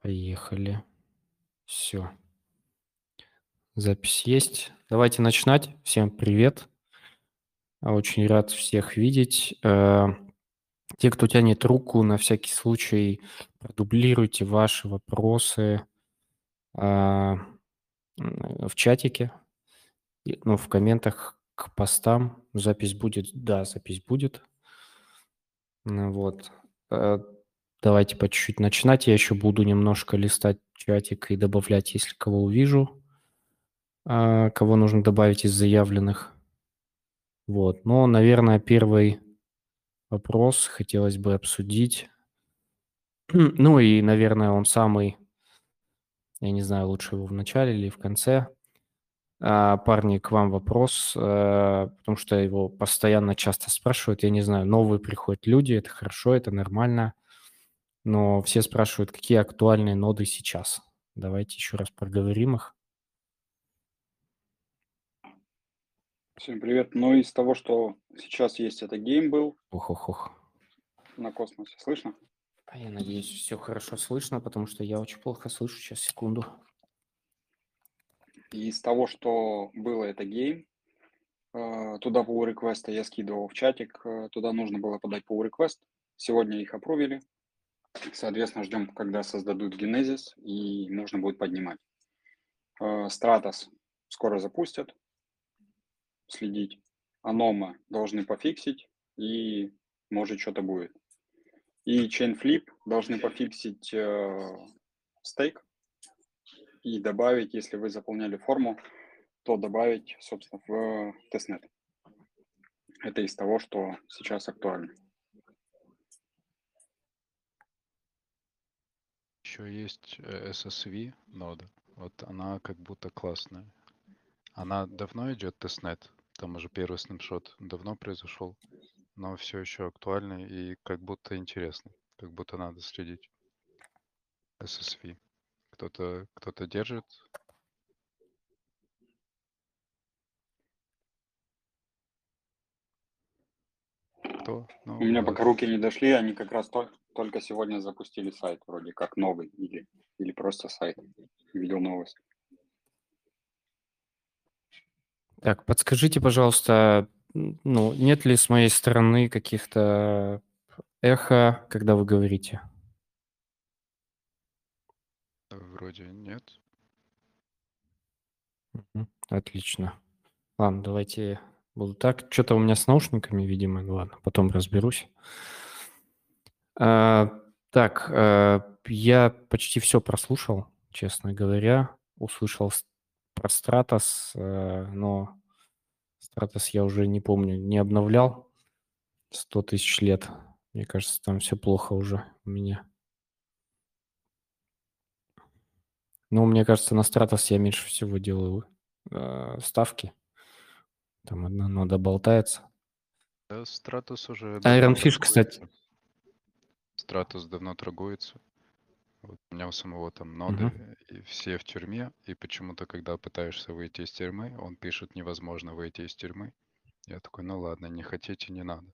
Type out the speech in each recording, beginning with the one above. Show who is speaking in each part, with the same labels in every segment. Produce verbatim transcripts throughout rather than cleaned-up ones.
Speaker 1: Поехали. Все. Запись есть. Давайте начинать. Всем привет. А, Очень рад всех видеть. Э, Те, кто тянет руку, на всякий случай продублируйте ваши вопросы а, м, в чатике, и, ну, в комментах к постам. Запись будет? Да, запись будет. Ну вот. Э, Давайте по чуть-чуть начинать. Я еще буду немножко листать чатик и добавлять, если кого увижу. А, кого нужно добавить из заявленных. Вот. Но, наверное, первый вопрос хотелось бы обсудить. Ну и, наверное, он самый, я не знаю, лучше его в начале или в конце. А, Парни, к вам вопрос, э, потому что его постоянно часто спрашивают. Я не знаю, новые приходят люди, это хорошо, это нормально, но все спрашивают, какие актуальные ноды сейчас. Давайте еще раз проговорим их.
Speaker 2: Всем привет. Ну, из того, что сейчас есть, это гейм был
Speaker 1: Ох-ох-ох.
Speaker 2: на космосе. Слышно?
Speaker 1: А я надеюсь, все хорошо слышно, потому что я очень плохо слышу. Сейчас, секунду.
Speaker 2: И из того, что было, это гейм. Э, Туда pull реквесты я скидывал в чатик. э, Туда нужно было подать pull request. Сегодня их опровили. Соответственно, ждем, когда создадут Genesis, и можно будет поднимать. Э, Stratos скоро запустят, следить. Анома должны пофиксить, и может что-то будет. И Chainflip должны пофиксить э, стейк, и добавить, если вы заполняли форму, то добавить, собственно, в тестнет. Это из того, что сейчас актуально.
Speaker 3: Еще есть э, эс эс ви нода. Вот она как будто классная. Она давно идет тестнет. Там уже первый снапшот давно произошел, но все еще актуальный и как будто интересный. Как будто надо следить. эс эс ви. Кто-то кто-то держит. Кто?
Speaker 2: У
Speaker 3: Ну
Speaker 2: меня пока
Speaker 3: ладно.
Speaker 2: руки не дошли, они как раз тол- только сегодня запустили сайт, вроде как новый, или, или просто сайт. Видел новость.
Speaker 1: Так, подскажите, пожалуйста, н- ну, нет ли с моей стороны каких-то эхо, когда вы говорите?
Speaker 3: э, Вроде нет.
Speaker 1: Мгм. Отлично. Ладно, давайте буду так. Что-то у меня с наушниками, видимо. Ну ладно, потом разберусь. А, так, э, я почти все прослушал, честно говоря. Услышал с- про Стратос, э, но Стратос я уже не помню, не обновлял. Сто тысяч лет. Мне кажется, там все плохо уже у меня. Ну, мне кажется, на Стратос я меньше всего делаю э, ставки. Там одна нода болтается.
Speaker 3: Да, Стратус уже давно
Speaker 1: Iron Fish, кстати.
Speaker 3: торгуется. Стратус давно торгуется. Вот у меня у самого там
Speaker 1: Мгм.
Speaker 3: ноды, и все в тюрьме, и почему-то, когда пытаешься выйти из тюрьмы, он пишет, невозможно выйти из тюрьмы. Я такой, ну ладно, не хотите, не надо.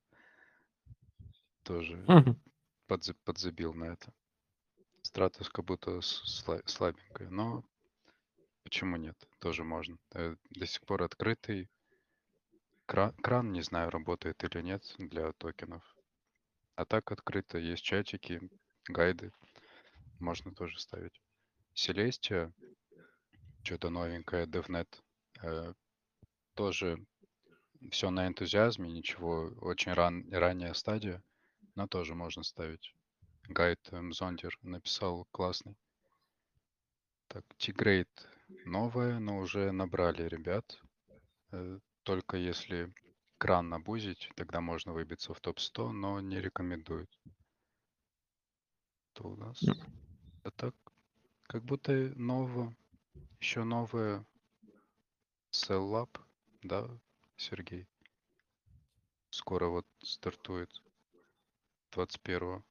Speaker 3: Тоже
Speaker 1: Мгм.
Speaker 3: подза- подзабил на это. Стратус как будто с- сла- слабенькая, но почему нет? Тоже можно. Э, До сих пор открытый. Кран, кран, не знаю, работает или нет для токенов. А так открыто, есть чатики, гайды, можно тоже ставить. Селестия, что-то новенькое, DevNet, э, тоже все на энтузиазме, ничего, очень ран, ранняя стадия, но тоже можно ставить. Гайд эм, Зондер написал классный. Так, Тигрейт новое, но уже набрали ребят. Э, Только если кран набузить, тогда можно выбиться в топ сто, но не рекомендуют. То у нас. А так, как будто нового, еще новое Cell Lab, да, Сергей? Скоро вот стартует двадцать первого.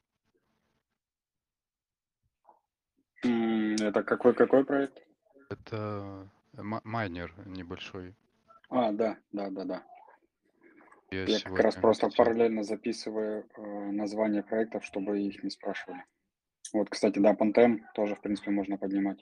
Speaker 2: М, Это какой-какой проект?
Speaker 3: Это ма- майнер небольшой.
Speaker 2: А, да, да, да, да.
Speaker 3: Я
Speaker 2: Я как раз
Speaker 3: сегодня
Speaker 2: просто
Speaker 3: видел.
Speaker 2: параллельно записываю э, название проектов, чтобы их не спрашивали. Вот, кстати, да, Pontem тоже, в принципе, можно поднимать.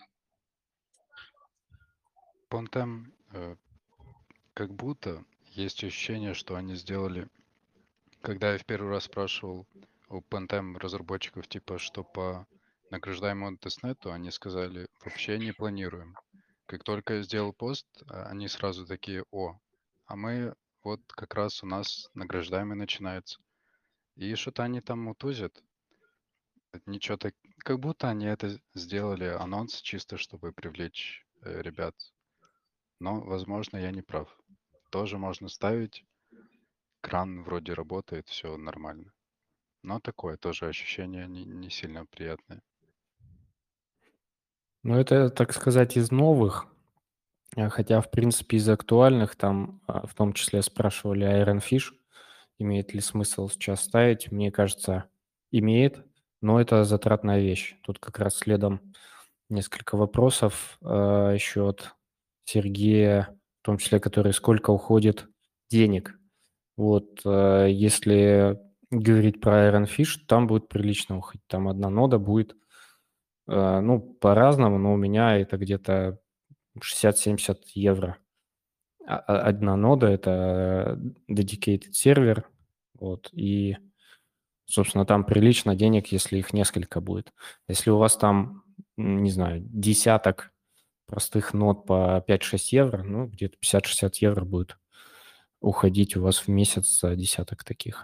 Speaker 3: Pontem, э, как будто есть ощущение, что они сделали... Когда я в первый раз спрашивал у Pontem разработчиков, типа, что по награждаемому тестнету, они сказали, вообще не планируем. Как только я сделал пост, а, они сразу такие, о, а мы вот как раз у нас награждаемый начинается. И что-то они там мутузят. Ничего так... Как будто они это сделали анонс чисто, чтобы привлечь э, ребят. Но, возможно, я не прав. Тоже можно ставить. Кран вроде работает, все нормально. Но такое тоже ощущение не, не сильно приятное.
Speaker 1: Ну, это, так сказать, из новых, а, хотя, в принципе, из актуальных, там, а, в том числе спрашивали Iron Fish, имеет ли смысл сейчас ставить. Мне кажется, имеет, но это затратная вещь. Тут как раз следом несколько вопросов а, еще от Сергея, в том числе, который сколько уходит денег. Вот, а, если говорить про Iron Fish, там будет прилично уходить. Там одна нода будет, а, ну, по-разному, но у меня это где-то шестьдесят-семьдесят евро. А- а- Одна нода – это dedicated сервер, вот, и, собственно, там прилично денег, если их несколько будет. Если у вас там, м, не знаю, десяток простых нод по пять-шесть евро, ну, где-то пятьдесят-шестьдесят евро будет уходить у вас в месяц за десяток таких.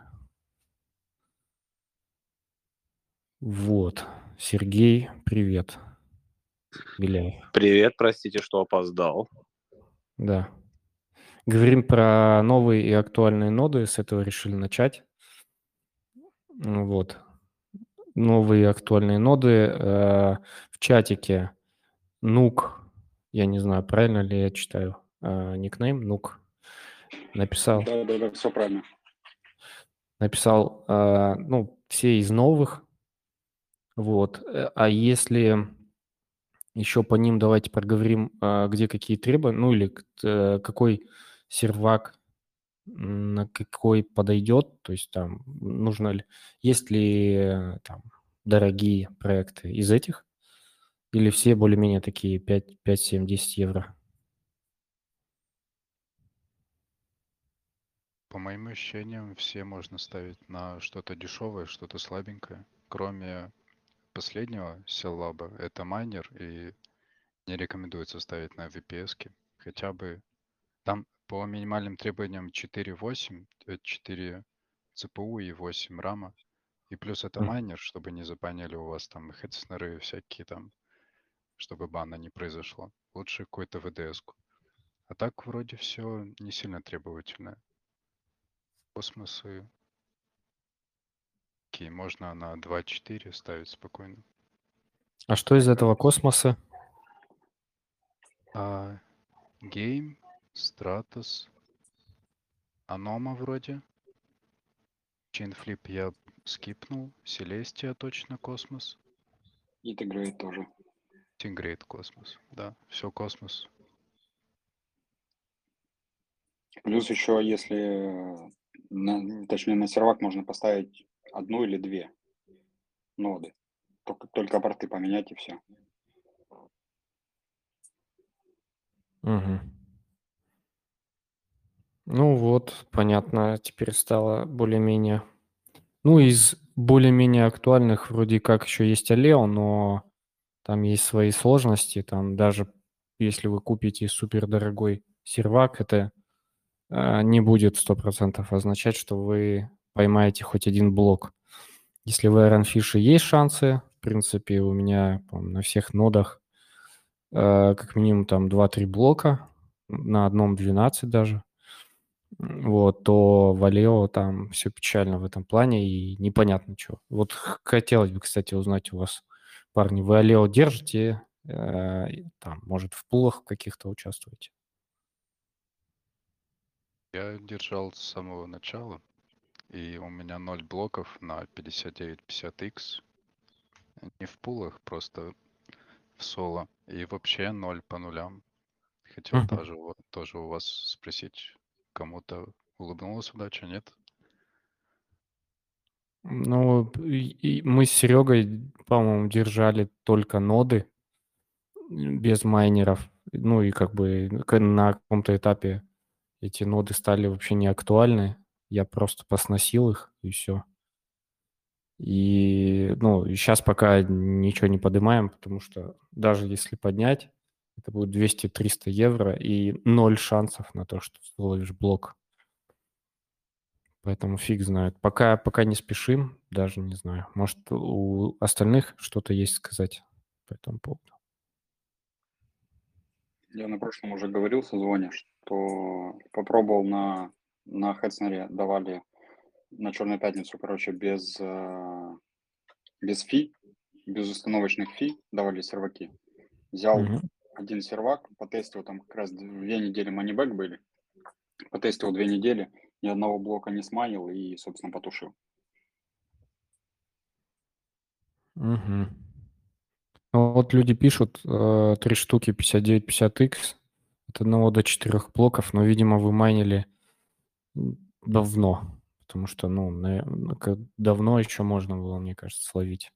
Speaker 1: Вот. Сергей, привет. Беляев.
Speaker 4: Привет, простите, что опоздал.
Speaker 1: Да. Говорим про новые и актуальные ноды, с этого решили начать. Ну Вот. Новые актуальные ноды. э, В чатике Нук, я не знаю, правильно ли я читаю э, никнейм, Нук, написал,
Speaker 2: Да, да, да, все правильно.
Speaker 1: написал, э, ну, все из новых, вот. Э, А если еще по ним давайте проговорим, э, где какие требования, ну, или к- э, какой сервак м, на какой подойдет, то есть там нужно ли, есть ли э, там дорогие проекты из этих, или все более-менее такие пять, пять, семь, десять евро?
Speaker 3: По моим ощущениям, все можно ставить на что-то дешевое, что-то слабенькое. Кроме последнего Селлаба, это майнер, и не рекомендуется ставить на ви пи эс-ки. Хотя бы там по минимальным требованиям четыре восемь, э, четыре си пи ю и восемь рама. И плюс это
Speaker 1: М.
Speaker 3: майнер, чтобы не забанили у вас там хедснеры всякие там, чтобы бана не произошло. Лучше какую-то ви ди эс-ку. А так вроде все не сильно требовательное. Космосы, окей, можно на два четыре ставить спокойно.
Speaker 1: А что из
Speaker 3: Мне
Speaker 1: этого
Speaker 3: кажется.
Speaker 1: космоса?
Speaker 3: А, Game, Stratos, Анома вроде. Chainflip я скипнул. Celestia точно космос.
Speaker 2: Integrate тоже.
Speaker 3: Teamgrade космос. Да, все космос.
Speaker 2: Плюс еще, если, э, на- точнее, на сервак можно поставить одну или две ноды. Только, только порты поменять и все.
Speaker 1: Мгм. Ну вот, понятно, теперь стало более-менее. Ну, из более-менее актуальных вроде как еще есть Алео, но там есть свои сложности. Там даже если вы купите супердорогой сервак, это а, не будет сто процентов означать, что вы поймаете хоть один блок. Если в Iron Fish есть шансы, в принципе, у меня, по-моему, на всех нодах э, как минимум там два-три блока, на одном двенадцать даже. М, Вот, то в Алео там все печально в этом плане и непонятно что. Вот х- хотелось бы, кстати, узнать у вас, парни, вы Алео держите, э, и там, может, в пулах каких-то участвуете?
Speaker 3: Я держал с самого начала. И у меня ноль блоков на пятьдесят девять пятьдесят икс. Не в пулах, просто в соло. И вообще ноль по нулям. Хотел
Speaker 1: Мгм.
Speaker 3: тоже, у- тоже у вас спросить, кому-то улыбнулась удача, нет?
Speaker 1: Ну, и- и мы с Серегой по-моему, держали только ноды м, без майнеров. Ну и как бы к- на каком-то этапе эти ноды стали вообще не актуальны. Я просто посносил их, и все. И, ну, сейчас пока ничего не поднимаем, потому что даже если поднять, это будет двести-триста евро и ноль шансов на то, что ты словишь блок. Поэтому фиг знает. Пока, пока не спешим, даже не знаю. Может, у остальных что-то есть сказать по этому поводу.
Speaker 2: Я на прошлом уже говорил в созвоне, что попробовал на, на Хедснере, давали на Черную пятницу, короче, без, э, без фи, без установочных фи давали серваки. Взял
Speaker 1: Мгм.
Speaker 2: один сервак, потестил, там как раз две недели манибэк были, потестил две недели, ни одного блока не сманил и, собственно, потушил.
Speaker 1: Мгм. Ну, вот люди пишут, э, три штуки пятьдесят девять пятьдесят икс от одного до четырех блоков, но, видимо, вы майнили м, давно, потому что, ну, на- ну, как давно еще можно было, мне кажется, словить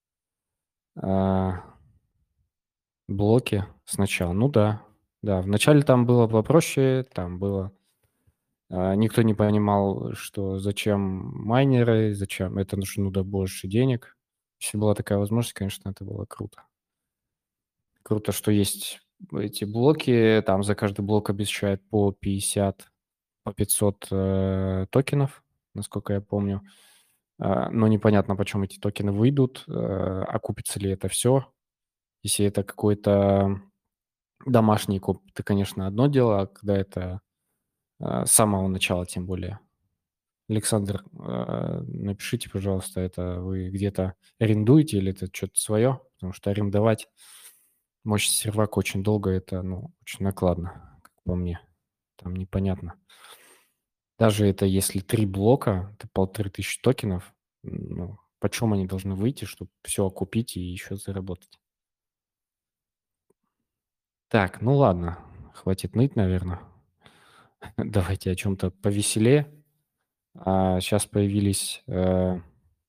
Speaker 1: а, блоки сначала. Ну да, да. Вначале там было попроще, там было... а, Никто не понимал, что зачем майнеры, зачем это нужно да больше денег. Если была такая возможность, конечно, это было круто. Круто, что есть эти блоки, там за каждый блок обещают по пятьдесят, по пятьсот э, токенов, насколько я помню. А, но непонятно, почем эти токены выйдут, э, окупится ли это все. Если это какой-то домашний коп, это, конечно, одно дело, а когда это э, с самого начала, тем более. Александр, э, напишите, пожалуйста, это вы где-то арендуете или это что-то свое? Потому что арендовать мощный сервак очень долго, это, ну, очень накладно, как по мне. Там непонятно. Даже это если три блока, это полторы тысячи токенов, ну, почем они должны выйти, чтобы все окупить и еще заработать? Так, ну ладно, хватит ныть, наверное. Давайте о чем-то повеселее. А, сейчас появились э,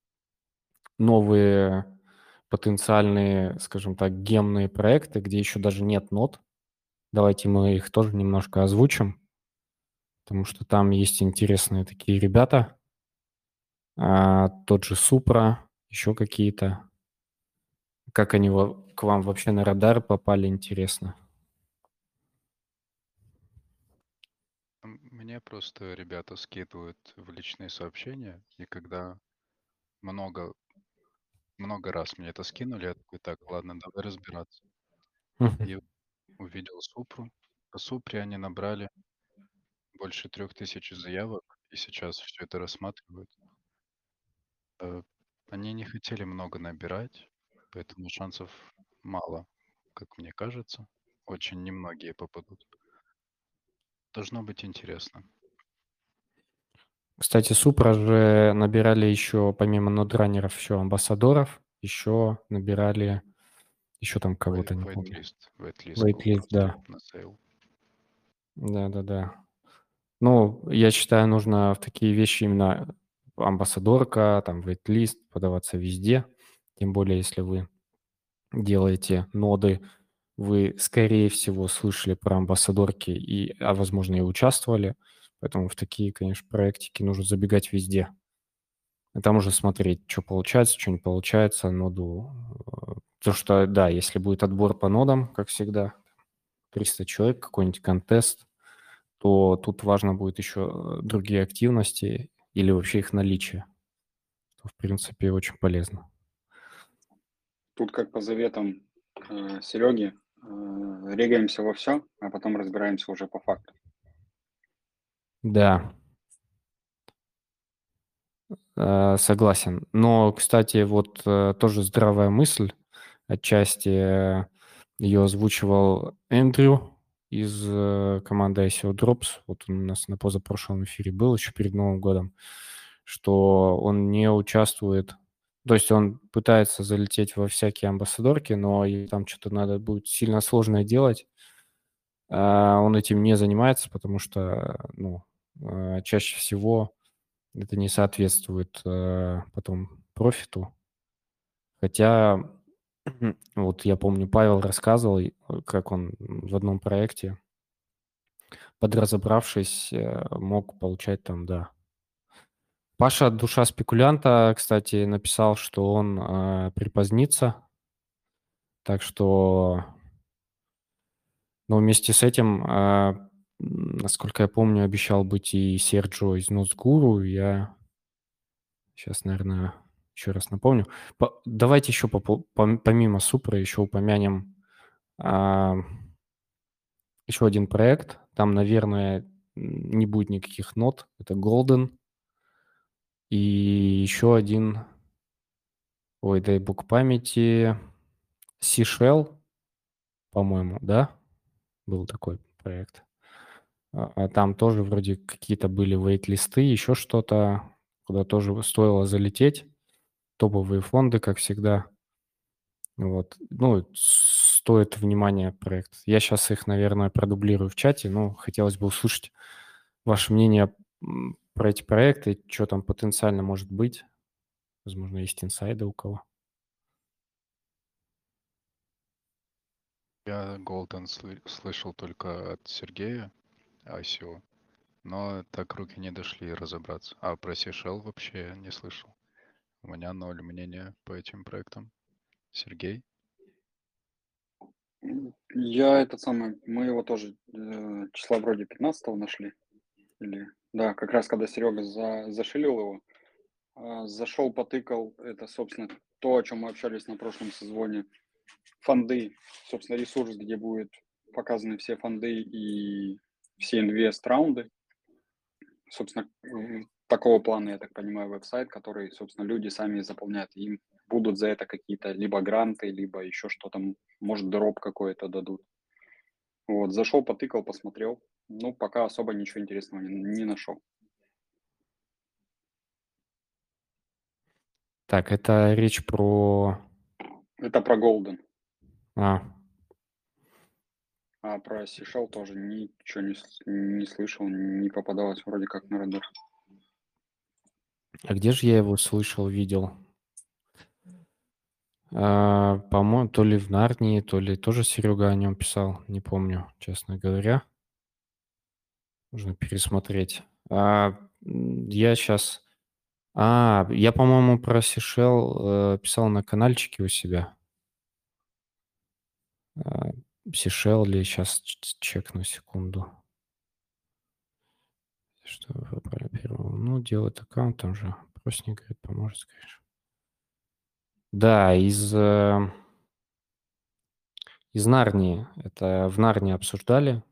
Speaker 1: новые потенциальные, скажем так, гемные проекты, где еще даже нет нод. Давайте мы их тоже немножко озвучим, потому что там есть интересные такие ребята. А, тот же Супра, еще какие-то. Как они во- к вам вообще на радар попали, интересно.
Speaker 3: М, Мне просто ребята скидывают в личные сообщения, и когда много, много раз мне это скинули, я такой, так, ладно, давай разбираться.
Speaker 1: Мгм.
Speaker 3: И увидел Супру. По Супре они набрали больше трех тысяч заявок, и сейчас все это рассматривают. Э, Они не хотели много набирать, поэтому шансов мало, как мне кажется. Очень немногие попадут. Должно быть интересно.
Speaker 1: Кстати, Супра же набирали еще, помимо нодранеров, еще амбассадоров, еще набирали, еще там кого-то, не помню.
Speaker 3: Вейтлист. Вейтлист был
Speaker 1: Вейтлист,
Speaker 3: просто
Speaker 1: да.
Speaker 3: на сейл.
Speaker 1: Да-да-да. Ну, я считаю, нужно в такие вещи именно амбассадорка, там, вейтлист подаваться везде. Тем более, если вы делаете ноды, вы, скорее всего, слышали про амбассадорки и, а возможно, и участвовали. Поэтому в такие, конечно, проектики нужно забегать везде. И там уже смотреть, что получается, что не получается, ноду. э, Потому что, да, если будет отбор по нодам, как всегда, триста человек, какой-нибудь контест, то тут важно будет еще э, другие активности или вообще их наличие, что, в принципе, очень полезно.
Speaker 2: Тут как по заветам э, Сереги, э, регаемся во все, а потом разбираемся уже по факту.
Speaker 1: Да, э, согласен. Но, кстати, вот э, тоже здравая мысль, отчасти э, ее озвучивал Эндрю из э, команды ай си о Drops. Вот он у нас на позапрошлом эфире был еще перед Новым годом, что он не участвует, то есть он пытается залететь во всякие амбассадорки, но и там что-то надо будет сильно сложное делать. А он этим не занимается, потому что, ну, э, чаще всего это не соответствует э, потом профиту. Хотя, вот я помню, Павел рассказывал, и, э, как он в одном проекте, подразобравшись, э, мог получать там, да. Паша, душа спекулянта, кстати, написал, что он э, припозднится, так что, но вместе с этим, э, м, насколько я помню, обещал быть и Серджио из Носгуру. Я сейчас, наверное, еще раз напомню. По- давайте еще попо- пом- помимо Супра еще упомянем а, еще один проект. Там, наверное, м, не будет никаких нот. Это Golden. И еще один, ой, дай бог памяти, Seashell, по-моему, да? Был такой проект. А, а там тоже вроде какие-то были вейт-листы, еще что-то, куда тоже стоило залететь. Топовые фонды, как всегда. Вот. Ну, стоит внимания проект. Я сейчас их, наверное, продублирую в чате, но хотелось бы услышать ваше мнение м, про эти проекты, что там потенциально может быть. Возможно, есть инсайды у кого.
Speaker 3: Я Golden сл- слышал только от Сергея ай си о, но так руки не дошли разобраться. А про Seychelles вообще не слышал. У меня ноль мнения по этим проектам. Сергей?
Speaker 2: М, Я этот самый, мы его тоже э, числа вроде пятнадцатого нашли. Или, да, как раз когда Серега за, зашилил его, а, зашел, потыкал, это, собственно, то, о чем мы общались на прошлом созвоне, фонды, собственно, ресурс, где будут показаны все фонды и все инвест-раунды. Собственно, м, такого плана, я так понимаю, веб-сайт, который, собственно, люди сами заполняют. Им будут за это какие-то либо гранты, либо еще что-то, м, может, дроп какой-то дадут. Вот, зашел, потыкал, посмотрел. Ну, пока особо ничего интересного не, не нашел.
Speaker 1: Так, это речь про...
Speaker 2: Это про Golden.
Speaker 1: А,
Speaker 2: А про Сишел тоже ничего не, с- не слышал, не попадалось вроде как на радар.
Speaker 1: а где же я его слышал, видел? А, по-моему, то ли в Нарнии, то ли тоже Серега о нем писал, не помню, честно говоря. Нужно пересмотреть. А, м, я сейчас... А, я, по-моему, про Сишел э, писал на каналчике у себя. А, Сишел ли? Сейчас чекну секунду. Что выбрали первого? Ну, делать аккаунт, там же простенько это поможет, конечно. Да, из, э, из Нарнии. Это в Нарнии обсуждали.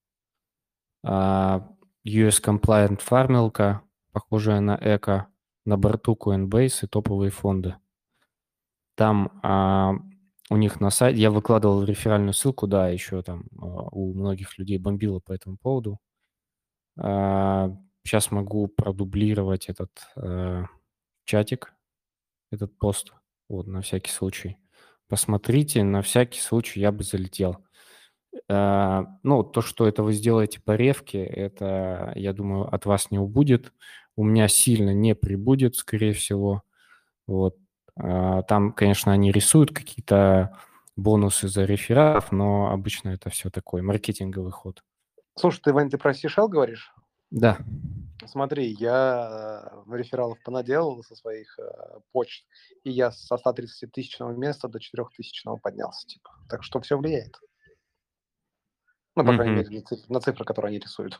Speaker 1: А, ю эс Compliant фармилка, похожая на эко, на борту Coinbase и топовые фонды. Там а, у них на сайте, я выкладывал реферальную ссылку, да, еще там а, у многих людей бомбило по этому поводу. А, сейчас могу продублировать этот э, чатик, этот пост, вот, на всякий случай. Посмотрите, на всякий случай я бы залетел. А, ну, то, что это вы сделаете по ревке, это, я думаю, от вас не убудет. У меня сильно не прибудет, скорее всего. Вот. А, Там, конечно, они рисуют какие-то бонусы за рефератов, но обычно это все такой маркетинговый ход.
Speaker 5: Слушай, ты, Вань, ты про Seychelles говоришь?
Speaker 1: Да.
Speaker 5: Смотри, я э, рефералов понаделал со своих э, почт, и я со ста тридцати тысячного места до четырехтысячного поднялся, типа. Так что все влияет. Ну, по крайней
Speaker 1: Мгм.
Speaker 5: мере, на цифры, на цифры, которые они рисуют.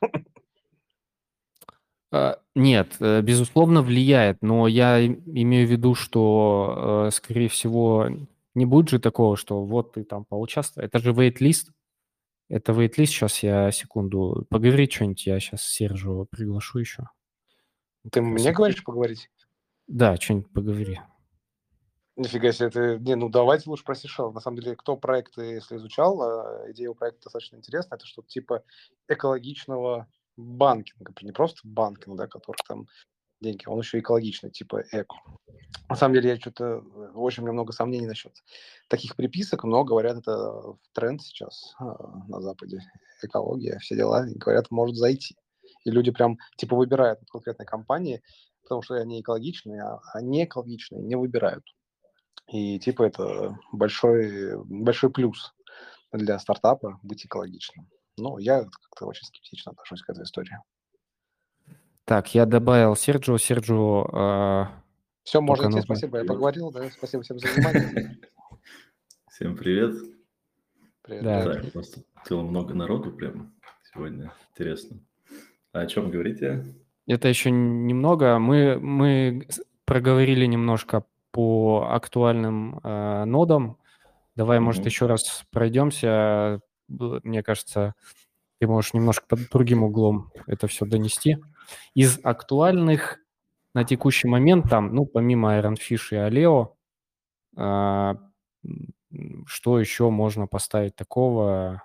Speaker 1: А, Нет, э, безусловно, влияет, но я им- имею в виду, что, э, скорее всего, не будет же такого, что вот ты там поучаствовал. Это же wait-лист. Это wait-лист. Сейчас я секунду. Поговори что-нибудь, я сейчас Сержу приглашу еще.
Speaker 5: Ты
Speaker 1: Как раз
Speaker 5: мне
Speaker 1: актив-
Speaker 5: говоришь поговорить?
Speaker 1: Да, что-нибудь поговори.
Speaker 5: Нифига себе, ты... Не, ну давайте лучше про Seychelles. На самом деле, кто проекты, если изучал, э, идея у проекта достаточно интересная. Это что-то типа экологичного банкинга. Не просто банкинг, да, который там деньги, он еще экологичный, типа эко. На самом деле, я что-то очень у меня много сомнений насчет таких приписок, но говорят, это тренд сейчас э, на Западе. Экология, все дела. И говорят, может зайти. И люди прям типа выбирают конкретные компании, потому что они экологичные, а, а не экологичные не выбирают. И типа это большой, большой плюс для стартапа быть экологичным. Но я как-то очень скептично отношусь к этой истории.
Speaker 1: Так, я добавил Серджио. Серджио, э,
Speaker 5: Все, можно
Speaker 1: только
Speaker 5: идти,
Speaker 1: нужно...
Speaker 5: спасибо, я поговорил, да, спасибо всем за внимание.
Speaker 6: Всем привет.
Speaker 5: Привет,
Speaker 1: Да.
Speaker 5: привет.
Speaker 6: Так, поступило много народу прям сегодня. Интересно. А о чем говорите?
Speaker 1: Это еще немного. Мы, мы с- проговорили немножко по актуальным э, нодам. Давай, может,
Speaker 6: Мгм.
Speaker 1: еще раз пройдемся. Б- Мне кажется, ты можешь немножко под другим углом это все донести. Из актуальных на текущий момент, там, ну, помимо Iron Fish и Aleo, а, м, что еще можно поставить такого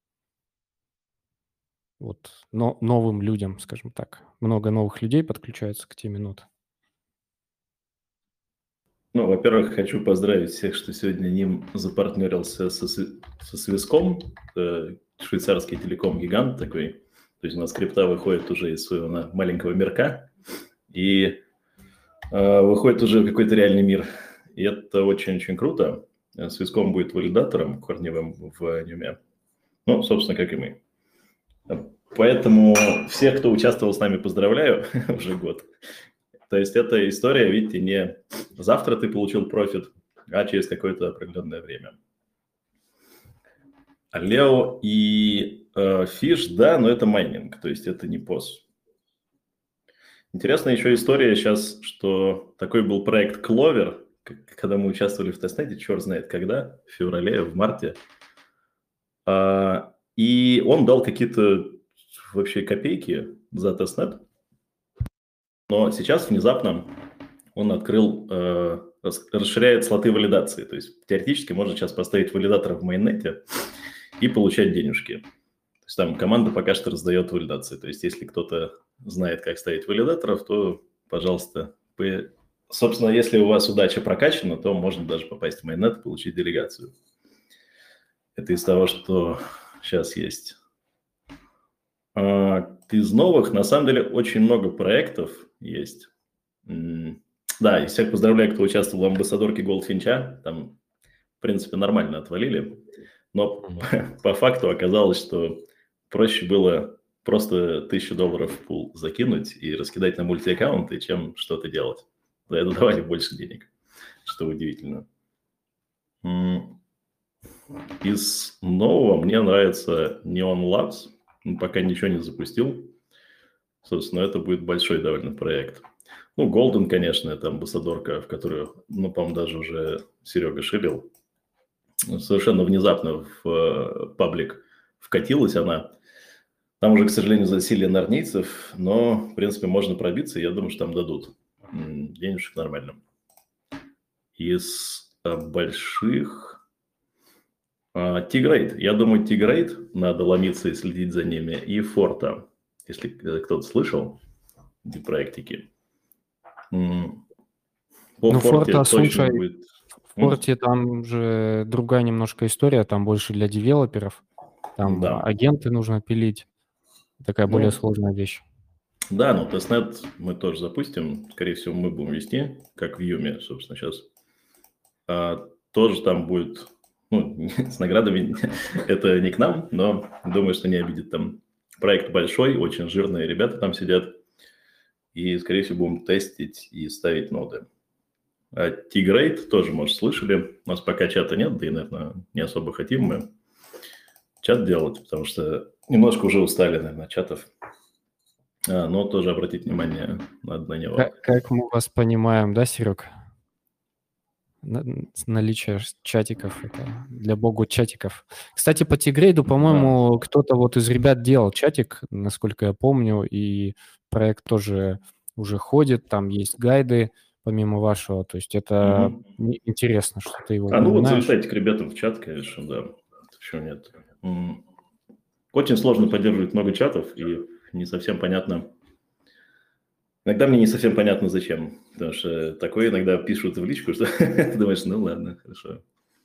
Speaker 1: вот но, новым людям, скажем так? Много новых людей подключаются к теме нод.
Speaker 6: Ну, во-первых, хочу поздравить всех, что сегодня Ним запартнерился со, Сви- со Свиском, э, швейцарский телеком-гигант такой. То есть у нас крипта выходит уже из своего на- маленького мирка и э, выходит уже в какой-то реальный мир. И это очень-очень круто. Э, Свиском будет валидатором корневым в Нюме. Ну, собственно, как и мы. Поэтому всех, кто участвовал с нами, поздравляю, уже год. То есть эта история, видите, не завтра ты получил профит, а через какое-то определенное время. А Лео и э, Фиш, да, но это майнинг, то есть это не пос. Интересная еще история сейчас, что такой был проект Clover, к- когда мы участвовали в тестнете, черт знает когда, в феврале, в марте. А, и он дал какие-то вообще копейки за тестнет. Но сейчас внезапно он открыл, э, рас- расширяет слоты валидации. То есть теоретически можно сейчас поставить валидатор в майннете и получать денежки. То есть там команда пока что раздает валидации. То есть если кто-то знает, как ставить валидаторов, то, пожалуйста, вы... Собственно, если у вас удача прокачана, то можно даже попасть в майннет и получить делегацию. Это из того, что сейчас есть. А, из новых, на самом деле, очень много проектов есть. М, Да, и всех поздравляю, кто участвовал в амбассадорке Goldfinch. Там, в принципе, нормально отвалили. Но по факту оказалось, что проще было просто тысячу долларов в пул закинуть и раскидать на мультиаккаунты, чем что-то делать. За это давали больше денег, что удивительно. М, Из нового мне нравится Neon Labs. Он пока ничего не запустил. Собственно, это будет большой довольно проект. Ну, Golden, конечно, это амбассадорка, в которую, ну, по-моему, даже уже Серега шилил. Совершенно внезапно в э, паблик вкатилась она. Там уже, к сожалению, засилие нарнийцев, но, в принципе, можно пробиться, и я думаю, что там дадут м, денежек нормально. Из э, больших... э, Тигрейт. Я думаю, Тигрейт, надо ломиться и следить за ними, и Форта, если э, кто-то слышал эти проектики. М, По
Speaker 1: Ну,
Speaker 6: Форте
Speaker 1: Форта,
Speaker 6: точно
Speaker 1: слушай,
Speaker 6: будет...
Speaker 1: в Форте там же другая немножко история, там больше для девелоперов. Там
Speaker 6: Да.
Speaker 1: агенты нужно пилить. Такая более
Speaker 6: Ну,
Speaker 1: сложная вещь.
Speaker 6: да, но тестнет мы тоже запустим. Скорее всего, мы будем вести, как в Юме, собственно, сейчас. А, тоже там будет, ну, с наградами, это не к нам, но думаю, что не обидит там. Проект большой, очень жирные ребята там сидят. И, скорее всего, будем тестить и ставить ноды. А T-Grade тоже, может, слышали. У нас пока чата нет, да и, наверное, не особо хотим мы чат делать, потому что немножко уже устали, наверное, от чатов. А, но тоже обратить внимание надо на него.
Speaker 1: Как, как мы вас понимаем, да, Серег? На- Наличие ш- чатиков, это для богу чатиков. Кстати, по Тигрейду, по-моему, кто-то вот из ребят делал чатик, насколько я помню, и проект тоже уже ходит, там есть гайды помимо вашего, то есть это
Speaker 6: Мгм.
Speaker 1: не- интересно, что ты его
Speaker 6: А, ну вот
Speaker 1: упоминаешь.
Speaker 6: залетайте к ребятам в чат, конечно, да. Почему нет? М. Очень сложно поддерживать много чатов, и не совсем понятно. Иногда мне не совсем понятно, зачем. Потому что такое иногда пишут в личку, что ты думаешь, ну ладно, хорошо.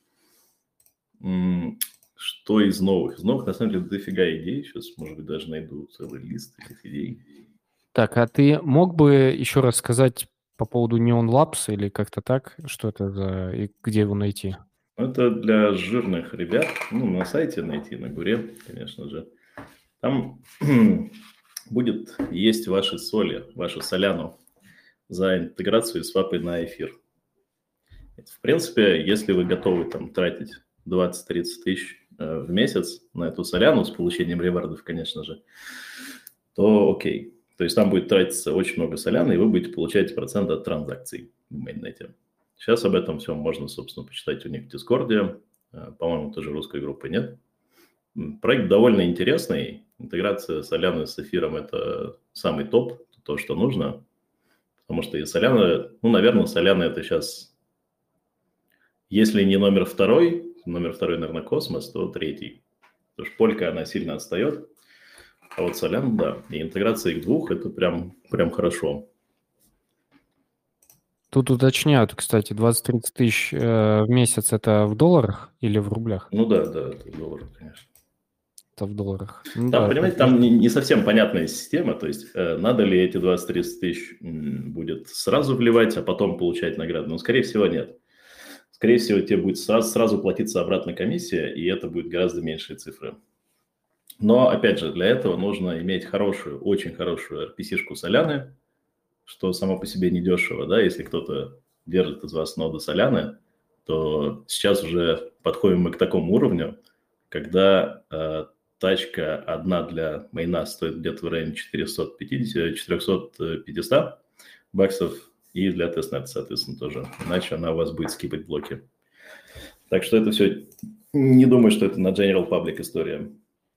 Speaker 6: М, Что из новых? Из новых, на самом деле, дофига идей. Сейчас, может быть, даже найду целый лист этих идей.
Speaker 1: Так, а ты мог бы еще раз сказать по поводу Neon Labs или как-то так? Что это за... и где его найти?
Speaker 6: Это для жирных ребят. Ну, на сайте найти, на Гуре, конечно же. Там будет есть ваши соли, вашу соляну за интеграцию и свапы на эфир. В принципе, если вы готовы там тратить двадцать-тридцать тысяч э, в месяц на эту соляну с получением ревардов, конечно же, то окей. То есть там будет тратиться очень много соляны, и вы будете получать процент от транзакций в мейннете. Сейчас об этом всем можно, собственно, почитать у них в Дискорде. Э, по-моему, тоже русской группы нет. Проект довольно интересный. Интеграция соляны с эфиром – это самый топ, то, что нужно. Потому что и соляна, ну, наверное, соляна – это сейчас, если не номер второй, номер второй, наверное, Космос, то третий. Потому что Полька, она сильно отстает. А вот соляна, да. И интеграция их двух – это прям, прям хорошо.
Speaker 1: Тут уточняют, кстати, двадцать-тридцать тысяч э, в месяц это в долларах или в рублях?
Speaker 6: Ну да, да, это доллар, конечно.
Speaker 1: Это в долларах. Ну,
Speaker 6: Там,
Speaker 1: да,
Speaker 6: понимаете,
Speaker 1: это-
Speaker 6: там не, не совсем понятная система, то есть э, надо ли эти двадцать-тридцать тысяч м, будет сразу вливать, а потом получать награду? Ну, скорее всего, нет. Скорее всего, тебе будет сразу, сразу платиться обратно комиссия, и это будет гораздо меньшие цифры. Но, опять же, для этого нужно иметь хорошую, очень хорошую эр пи си-шку Соляны, что само по себе недешево, да, если кто-то держит из вас ноду Соляны, то сейчас уже подходим мы к такому уровню, когда э, тачка одна для мейна стоит где-то в районе четыреста пятьдесят, четыреста пятьдесят баксов, и для тестнета, соответственно, тоже. Иначе она у вас будет скипать блоки. Так что это все... Не думаю, что это на General Public история.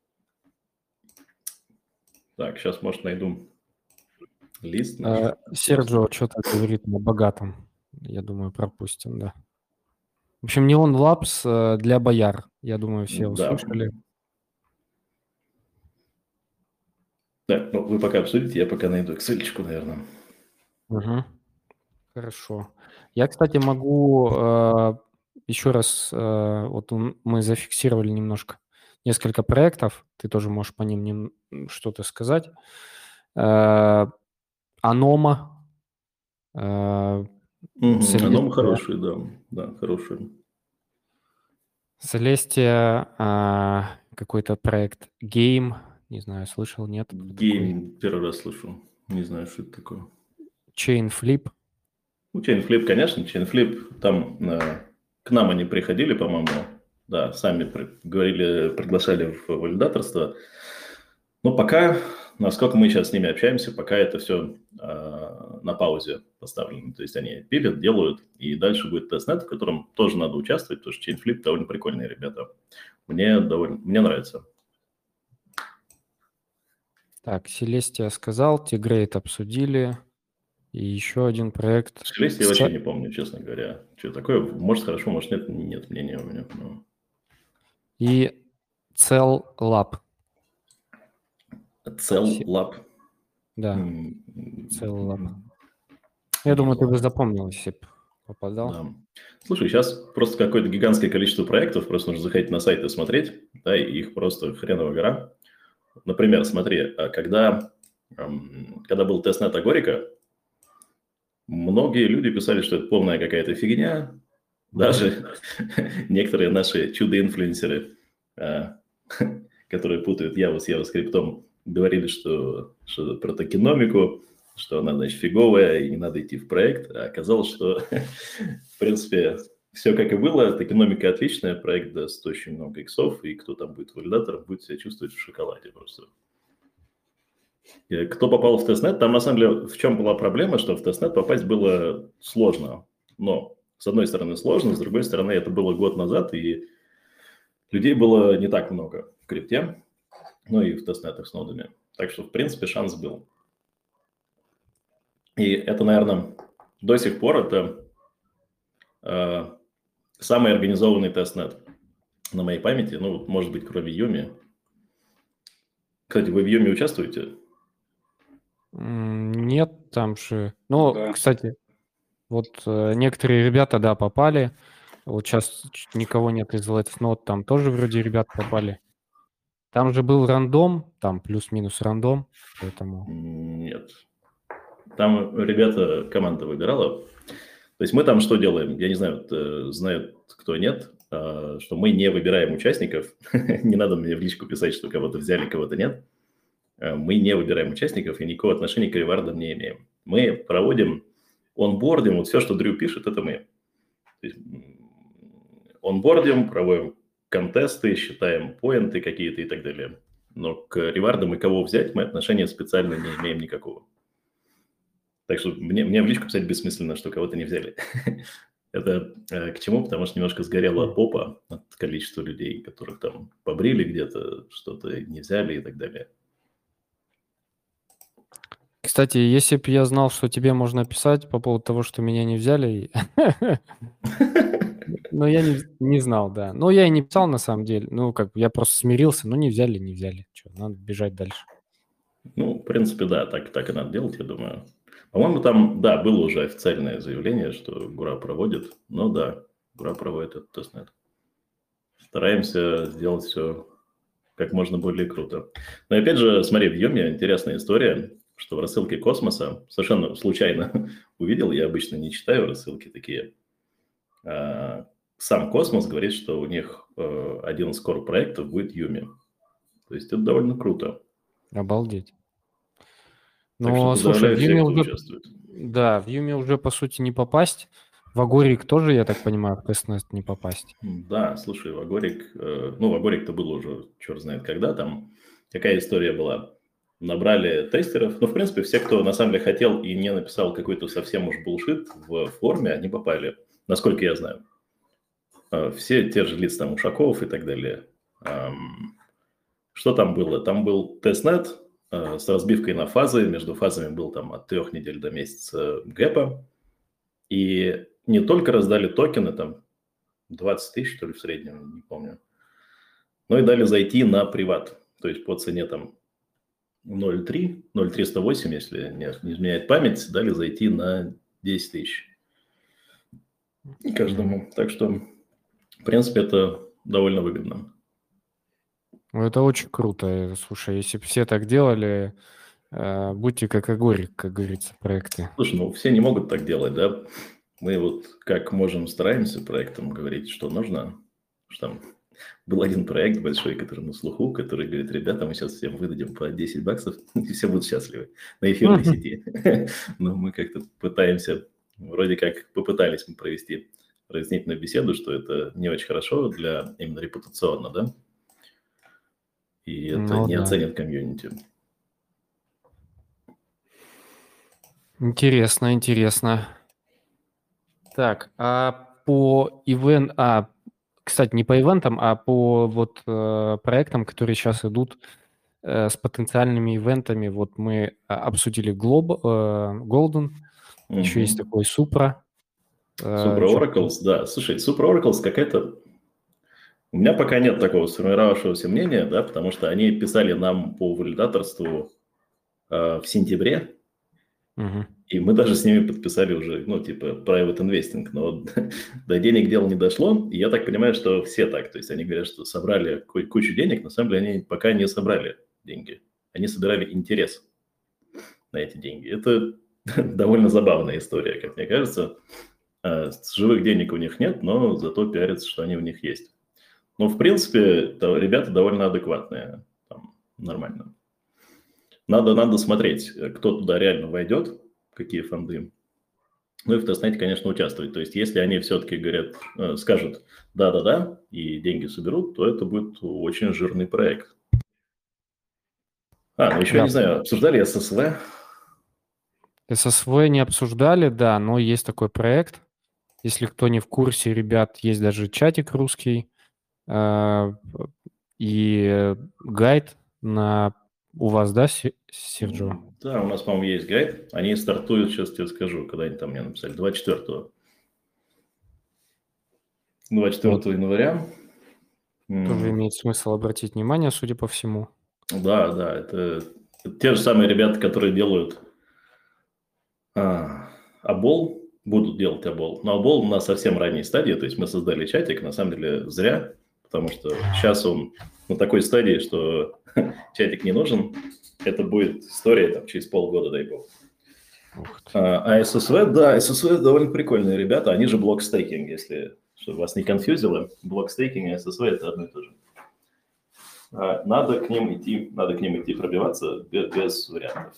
Speaker 6: Так, сейчас, может, найду лист. наш.
Speaker 1: э, Серджио что-то говорит на богатом. Я думаю, пропустим, да. В общем, Neon Labs э, для бояр. Я думаю, все
Speaker 6: Да.
Speaker 1: услышали.
Speaker 6: Так, ну вы пока обсудите, я пока найду Excel-чку, наверное.
Speaker 1: Мгм. Хорошо. Я, кстати, могу э, еще раз, э, вот м- мы зафиксировали немножко несколько проектов, ты тоже можешь по ним нем- что-то сказать. Э, Анома, э,
Speaker 6: Угу.
Speaker 1: Celestia,
Speaker 6: Оно хорошее, да. Да, хорошее.
Speaker 1: Celestia, э, какой-то проект Game, не знаю, слышал, нет? про такой?
Speaker 6: Гейм первый раз слышу. Не знаю, что это такое.
Speaker 1: Chain Flip.
Speaker 6: Ну, Chainflip, конечно, Chainflip, там э, к нам они приходили, по-моему, да, сами при- говорили, приглашали в валидаторство. Но пока, насколько мы сейчас с ними общаемся, пока это все э, на паузе поставлено. То есть они пилят, делают, и дальше будет тестнет, в котором тоже надо участвовать, потому что Chainflip довольно прикольные ребята. Мне довольно, мне нравится.
Speaker 1: Так, Celestia сказал, Tigray обсудили. И еще один проект.
Speaker 6: Шелест я
Speaker 1: Са-
Speaker 6: вообще не помню, честно говоря. Что такое? Может, хорошо, может, нет, нет мнения у меня. но-
Speaker 1: И Cell Lab.
Speaker 6: Cell
Speaker 1: Се-
Speaker 6: Lab.
Speaker 1: Да,
Speaker 6: М,
Speaker 1: Cell Lab.
Speaker 6: м,
Speaker 1: Я
Speaker 6: не
Speaker 1: думаю, ты бы
Speaker 6: знаю.
Speaker 1: запомнил, если бы попадал.
Speaker 6: Да. Слушай, сейчас просто какое-то гигантское количество проектов, просто нужно заходить на сайт и смотреть, да, и их просто хреновая гора. Например, смотри, а когда, эм, когда был тестнет Агорика, многие люди писали, что это полная какая-то фигня. Даже некоторые наши чудо-инфлюенсеры, э, которые путают Яву с JavaScript, говорили, что, что про токеномику, что она, значит, фиговая, и не надо идти в проект. А оказалось, что, в принципе, все как и было. Токеномика отличная, проект даст очень много иксов, и кто там будет валидатором, будет себя чувствовать в шоколаде просто. И кто попал в тестнет, там на самом деле в чем была проблема, что в тестнет попасть было сложно. Но с одной стороны сложно, с другой стороны это было год назад, и людей было не так много в крипте, ну и в тестнетах с нодами. Так что, в принципе, шанс был. И это, наверное, до сих пор это э, самый организованный тестнет на моей памяти. Ну, может быть, кроме Юми. Кстати, вы в Юми участвуете?
Speaker 1: М, Нет, там же... Ну,
Speaker 2: Да.
Speaker 1: кстати, вот э, некоторые ребята, да, попали. Вот сейчас никого нет из Let's Not, там тоже вроде ребят попали. Там же был рандом, там плюс-минус рандом, поэтому...
Speaker 6: Нет. Там ребята, команда выбирала. То есть мы там что делаем? Я не знаю, вот, э, знает кто нет, э, что мы не выбираем участников. Не надо мне в личку писать, что кого-то взяли, кого-то нет. Э, мы не выбираем участников и никакого отношения к ревардам не имеем. Мы проводим онбордим, вот все, что Дрю пишет, это мы. То есть, онбордим, проводим контесты, считаем поинты какие-то и так далее. Но к ревардам и кого взять мы отношения специально не имеем никакого. Так что мне, мне в личку писать бессмысленно, что кого-то не взяли. Это э, к чему? Потому что немножко сгорела попа от количества людей, которых там побрили где-то, что-то не взяли и так далее.
Speaker 1: Кстати, если бы я знал, что тебе можно писать по поводу того, что меня не взяли, но я не, не знал, да. Но я и не писал на самом деле. Ну, как бы я просто смирился, ну, не взяли, не взяли. Что, надо бежать дальше.
Speaker 6: Ну, в принципе, да, так, так и надо делать, я думаю. По-моему, там, да, было уже официальное заявление, что ГУРа проводит. Но да, ГУРа проводит этот тестнет. Стараемся сделать все как можно более круто. Но опять же, смотри, в Юме интересная история, что в рассылке Космоса, совершенно случайно увидел, я обычно не читаю рассылки такие, сам Космос говорит, что у них один из core проектов будет Юми. То есть это довольно круто.
Speaker 1: Обалдеть.
Speaker 6: Так что
Speaker 1: Но, слушай,
Speaker 6: поздравляю
Speaker 1: в
Speaker 6: всех,
Speaker 1: Юме
Speaker 6: кто
Speaker 1: уже,
Speaker 6: участвует.
Speaker 1: да, в Юме уже, по сути, не попасть. В Агорик тоже, я так понимаю, в тестнет не попасть.
Speaker 6: Да, слушай, в Агорик, э, ну, в Агорик-то было уже черт знает когда, там какая история была. Набрали тестеров, ну, в принципе, все, кто на самом деле хотел и не написал какой-то совсем уж булшит в форме, они попали, насколько я знаю. Э, все те же лица, там, Ушаков и так далее. Эм, что там было? Там был тестнет э, с разбивкой на фазы, между фазами был там от трех недель до месяца гэпа, и не только раздали токены, там, двадцать тысяч, что ли, в среднем, не помню. Но и дали зайти на приват. То есть по цене там ноль целых три, ноль целых триста восемь, если не, не изменяет память, дали зайти на десять тысяч каждому. Mm-hmm. Так что, в принципе, это довольно выгодно.
Speaker 1: Это очень круто. Слушай, если бы все так делали, э, будьте как Агорик, как говорится, проекты.
Speaker 6: Слушай, ну все не могут так делать, да? Мы вот как можем стараемся проектам говорить, что нужно. Что там был один проект большой, который на слуху, который говорит, ребята, мы сейчас всем выдадим по десять баксов, и все будут счастливы на эфирной сети. Но мы как-то пытаемся, вроде как попытались мы провести разъяснительную беседу, что это не очень хорошо для именно репутационно, да? И это ну, не да. оценит комьюнити.
Speaker 1: Интересно, интересно. Так, а по ивент, а, кстати, не по ивентам, а по вот э, проектам, которые сейчас идут э, с потенциальными ивентами. Вот мы обсудили Glob, э, Golden, угу. Еще есть такой Supra.
Speaker 6: Supra Oracles, да. Слушай, Supra Oracles какая-то... У меня пока нет такого сформировавшегося мнения, да, потому что они писали нам по валидаторству э, в сентябре, угу. И мы даже с ними подписали уже, ну, типа, private investing, но до денег дело не дошло, и я так понимаю, что все так, то есть они говорят, что собрали кучу денег, на самом деле они пока не собрали деньги, они собирали интерес на эти деньги. Это довольно забавная история, как мне кажется. Живых денег у них нет, но зато пиарятся, что они у них есть. Но, в принципе, ребята довольно адекватные, там, нормально. Надо, надо смотреть, кто туда реально войдет, какие фонды. Ну и в тестнете, конечно, участвовать. То есть, если они все-таки говорят, скажут да-да-да и деньги соберут, то это будет очень жирный проект. А, ну еще, да. Не знаю, обсуждали эс эс ви?
Speaker 1: эс эс ви не обсуждали, да, но есть такой проект. Если кто не в курсе, ребят, есть даже чатик русский э, и гайд на... У вас, да, Серджио?
Speaker 6: Да, у нас, по-моему, есть гайд. Они стартуют, сейчас тебе скажу, когда они там мне написали, двадцать четвёртого. двадцать четвёртого января.
Speaker 1: Тоже имеет смысл обратить внимание, судя по всему.
Speaker 6: Да, да, это, это те же самые ребята, которые делают а, Абол, будут делать Абол. Но Абол на совсем ранней стадии, то есть мы создали чатик, на самом деле зря, потому что сейчас он на такой стадии, что чатик не нужен. Это будет история там, через полгода, дай бог.
Speaker 1: Ух ты.
Speaker 6: А, а эс эс ви, да, эс эс ви довольно прикольные ребята, они же блок-стейкинг, если, чтобы вас не конфьюзило, блок-стейкинг и эс эс ви – это одно и то же. А, надо к ним идти, надо к ним идти пробиваться без, без вариантов.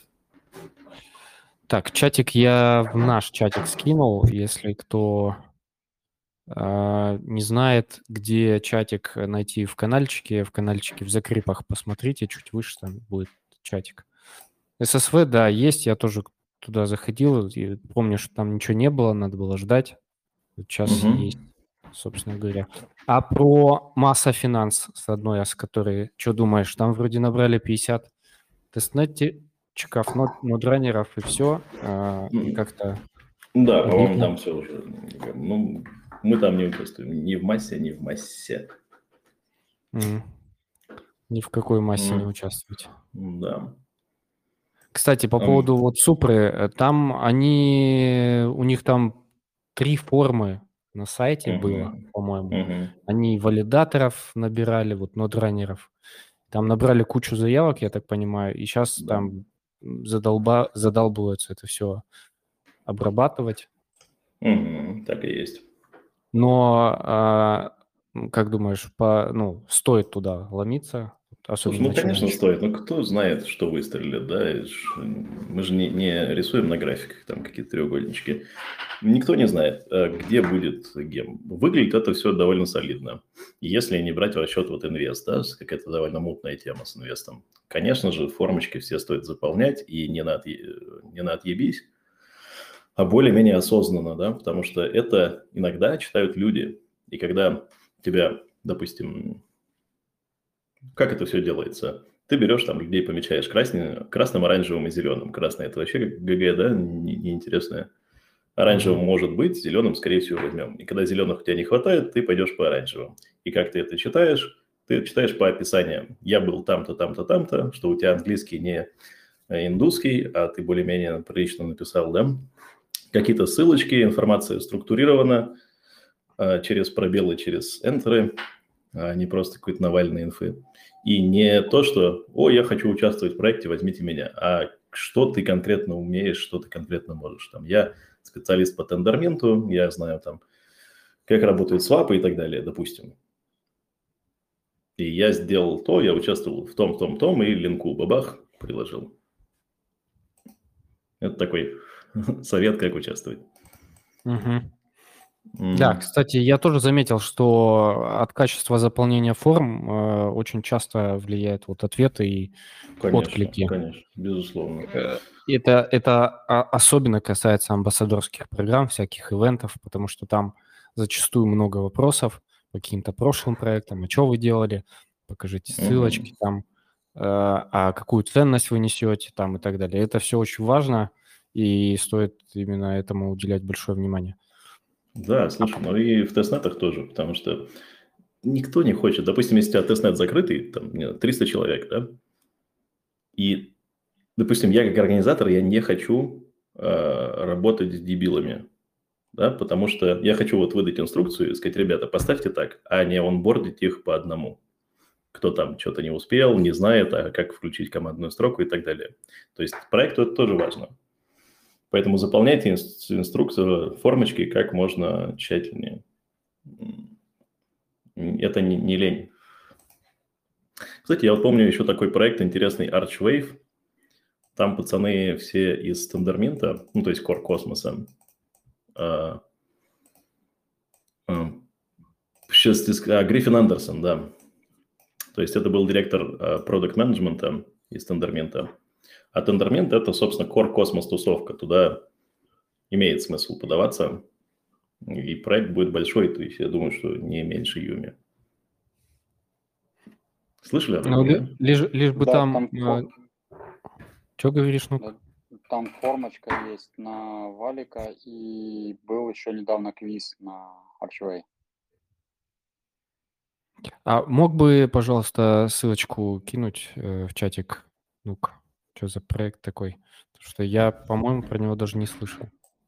Speaker 1: Так, чатик я в наш чатик скинул, если кто а, не знает, где чатик найти в канальчике, в канальчике в закрепах посмотрите, чуть выше там будет чатик. эс эс ви, да, есть, я тоже туда заходил, и помню, что там ничего не было, надо было ждать. Вот сейчас
Speaker 6: Мгм.
Speaker 1: есть, собственно говоря. А про масса финанс с одной, а с которой, что думаешь, там вроде набрали пятьдесят тестнетчиков, нод, нодранеров и все, а, и
Speaker 6: М,
Speaker 1: как-то
Speaker 6: Да, по-моему,
Speaker 1: обидно.
Speaker 6: там все уже. Ну, мы там не участвуем ни в массе, ни в массе.
Speaker 1: М. Ни в какой массе не
Speaker 6: М,
Speaker 1: участвовать.
Speaker 6: Да.
Speaker 1: Кстати, по
Speaker 6: Ам,
Speaker 1: поводу вот Супры, э, там они, у них там три формы на сайте было,
Speaker 6: мгм,
Speaker 1: по-моему.
Speaker 6: мгм.
Speaker 1: Они валидаторов набирали, вот нодранеров. Там набрали кучу заявок, я так понимаю, и сейчас
Speaker 6: Да.
Speaker 1: там м, задолба, задалбываются это все обрабатывать.
Speaker 6: Мгм, Так и есть.
Speaker 1: Но, а, м, как думаешь, по, ну, стоит туда ломиться,
Speaker 6: Слушай,
Speaker 1: особенно
Speaker 6: ну, конечно,
Speaker 1: начинающим?
Speaker 6: стоит. Ну, кто знает, что выстрелит, да? И ж, м, Мы же не, не рисуем на графиках там какие-то треугольнички. Никто не знает, э, где будет гем. Выглядит это все довольно солидно. И если не брать в расчет вот инвест, да, с- какая-то довольно мутная тема с инвестом. Конечно же, формочки все стоит заполнять, и не на, отъе- не на отъебись, а более-менее осознанно, да, потому что это иногда читают люди. И когда тебя, допустим, как это все делается? Ты берешь там людей, помечаешь красным, красным, оранжевым и зеленым. Красный – это вообще как ГГ, да, не- неинтересное. Оранжевым
Speaker 1: Мгм.
Speaker 6: может быть, зеленым, скорее всего, возьмем. И когда зеленых у тебя не хватает, ты пойдешь по оранжевым. И как ты это читаешь? Ты читаешь по описаниям. Я был там-то, там-то, там-то, что у тебя английский не э, индусский, а ты более-менее прилично написал, да? Какие-то ссылочки, информация структурирована э, через пробелы, через энтеры, а не просто какой-то Навальный инфы. И не то, что «О, я хочу участвовать в проекте, возьмите меня», а что ты конкретно умеешь, что ты конкретно можешь. Там, я специалист по тендерменту, я знаю, там, как работают свапы и так далее, допустим. И я сделал то, я участвовал в том, том, том, и линку бабах приложил. Это такой совет, как участвовать.
Speaker 1: Мгм. Да,
Speaker 6: М,
Speaker 1: кстати, я тоже заметил, что от качества заполнения форм э, очень часто влияет вот ответы и
Speaker 6: Конечно,
Speaker 1: отклики.
Speaker 6: конечно, безусловно.
Speaker 1: Э, Это, это а- особенно касается амбассадорских программ, всяких ивентов, потому что там зачастую много вопросов по каким-то прошлым проектам, а что вы делали, покажите ссылочки
Speaker 6: Мгм.
Speaker 1: там, э, а какую ценность вы несете там и так далее. Это все очень важно, и стоит именно этому уделять большое внимание.
Speaker 6: Да, слушай, ну и в тестнетах тоже, потому что никто не хочет. Допустим, если у тебя тестнет закрытый, там, не знаю, триста человек, да, и, допустим, я как организатор, я не хочу э, работать с дебилами, да, потому что я хочу вот выдать инструкцию и сказать, ребята, поставьте так, а не онбордить их по одному. Кто там что-то не успел, не знает, а как включить командную строку и так далее. То есть проекту это тоже важно. Поэтому заполняйте инс- инструкцию, формочки как можно тщательнее. М, Это не, не лень. Кстати, я вот помню еще такой проект интересный Archwave. Там пацаны все из Тендерминта, ну, то есть Core Космоса. А, а, сейчас диск- а, Гриффин Андерсон, да. То есть это был директор продукт менеджмента из Тендерминта. А Тендерминт – это, собственно, Core Космос тусовка. Туда имеет смысл подаваться. И проект будет большой, то есть я думаю, что не меньше Юми. Слышали о
Speaker 1: Ну,
Speaker 6: таком,
Speaker 1: ли-
Speaker 6: да?
Speaker 1: лишь, лишь бы
Speaker 2: Да,
Speaker 1: там...
Speaker 2: там, фо-
Speaker 1: что говоришь, Нук?
Speaker 2: да, там формочка есть на Валика, и был еще недавно квиз на Archway.
Speaker 1: А мог бы, пожалуйста, ссылочку кинуть э, в чатик? Ну-ка, что за проект такой? Потому что я, по-моему, про него даже не слышал.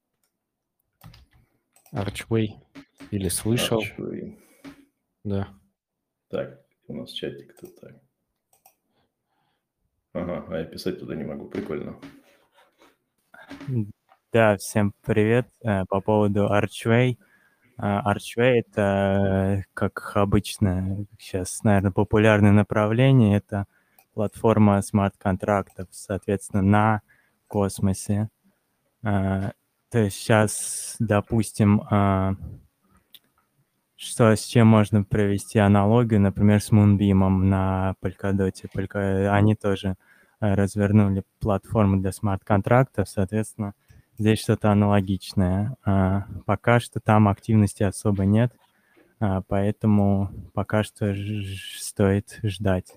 Speaker 1: Archway. Или слышал,
Speaker 6: Archwave.
Speaker 1: да.
Speaker 6: Так, у нас чатик-то так. Ага, а я писать туда не могу. Прикольно.
Speaker 7: Да, всем привет. Э, По поводу Archway. Э, Archway — это, э, как обычно, сейчас, наверное, популярное направление. Это платформа смарт-контрактов, соответственно, на космосе. Э, То есть сейчас, допустим, э, что, с чем можно провести аналогию, например, с Moonbeam на Polkadot. Polka- Они тоже э, развернули платформу для смарт-контрактов, соответственно, здесь что-то аналогичное. А, Пока что там активности особо нет, а, поэтому пока что ж- ж- стоит ждать.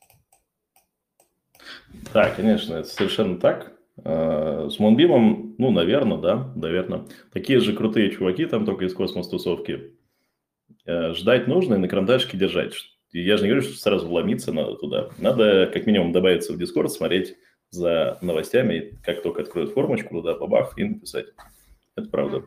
Speaker 6: Да, конечно, это совершенно так. Э, С Монбимом, ну, наверное, да, наверное. Такие же крутые чуваки там только из космос-тусовки. Э, Ждать нужно и на карандашке держать. Ш- и Я же не говорю, что сразу вломиться надо туда. Надо как минимум добавиться в Discord, смотреть за новостями, и как только откроют формочку, туда бабах и написать. Это правда.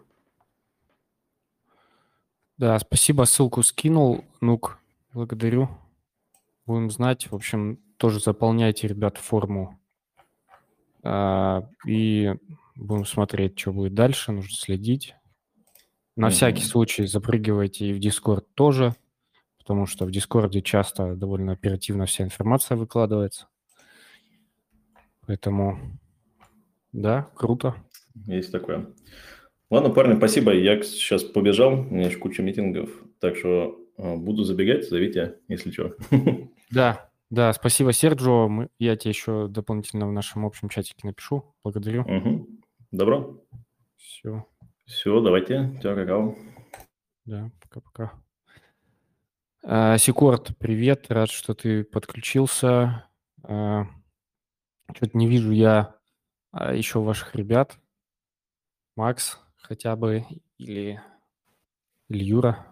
Speaker 1: Да, спасибо, ссылку скинул. Нук, благодарю. Будем знать. В общем, тоже заполняйте, ребят, форму. А, И будем смотреть, что будет дальше. Нужно следить. На
Speaker 6: Мгм.
Speaker 1: всякий случай запрыгивайте и в Discord тоже, потому что в Дискорде часто довольно оперативно вся информация выкладывается. Поэтому, да, круто.
Speaker 6: Есть такое. Ладно, парни, спасибо. Я сейчас побежал, у меня еще куча митингов, так что э, буду забегать, зовите, если что.
Speaker 1: Да, да, спасибо, Серджо. Мы, я тебе еще дополнительно в нашем общем чатике напишу. Благодарю.
Speaker 6: Мгм. Добро.
Speaker 1: Все,
Speaker 6: Все, давайте. Чао, какао.
Speaker 1: да, пока-пока. А, Секорд, привет, рад, что ты подключился. А, Что-то не вижу я а, еще ваших ребят. Макс хотя бы или, или Юра.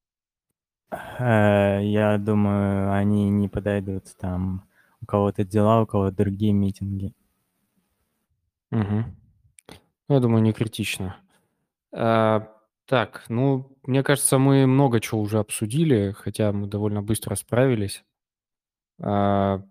Speaker 7: Э, Я думаю, они не подойдут. Там у кого-то дела, у кого-то другие митинги.
Speaker 1: Угу. Я думаю, не критично. А, так, ну, мне кажется, мы много чего уже обсудили, хотя мы довольно быстро справились. А,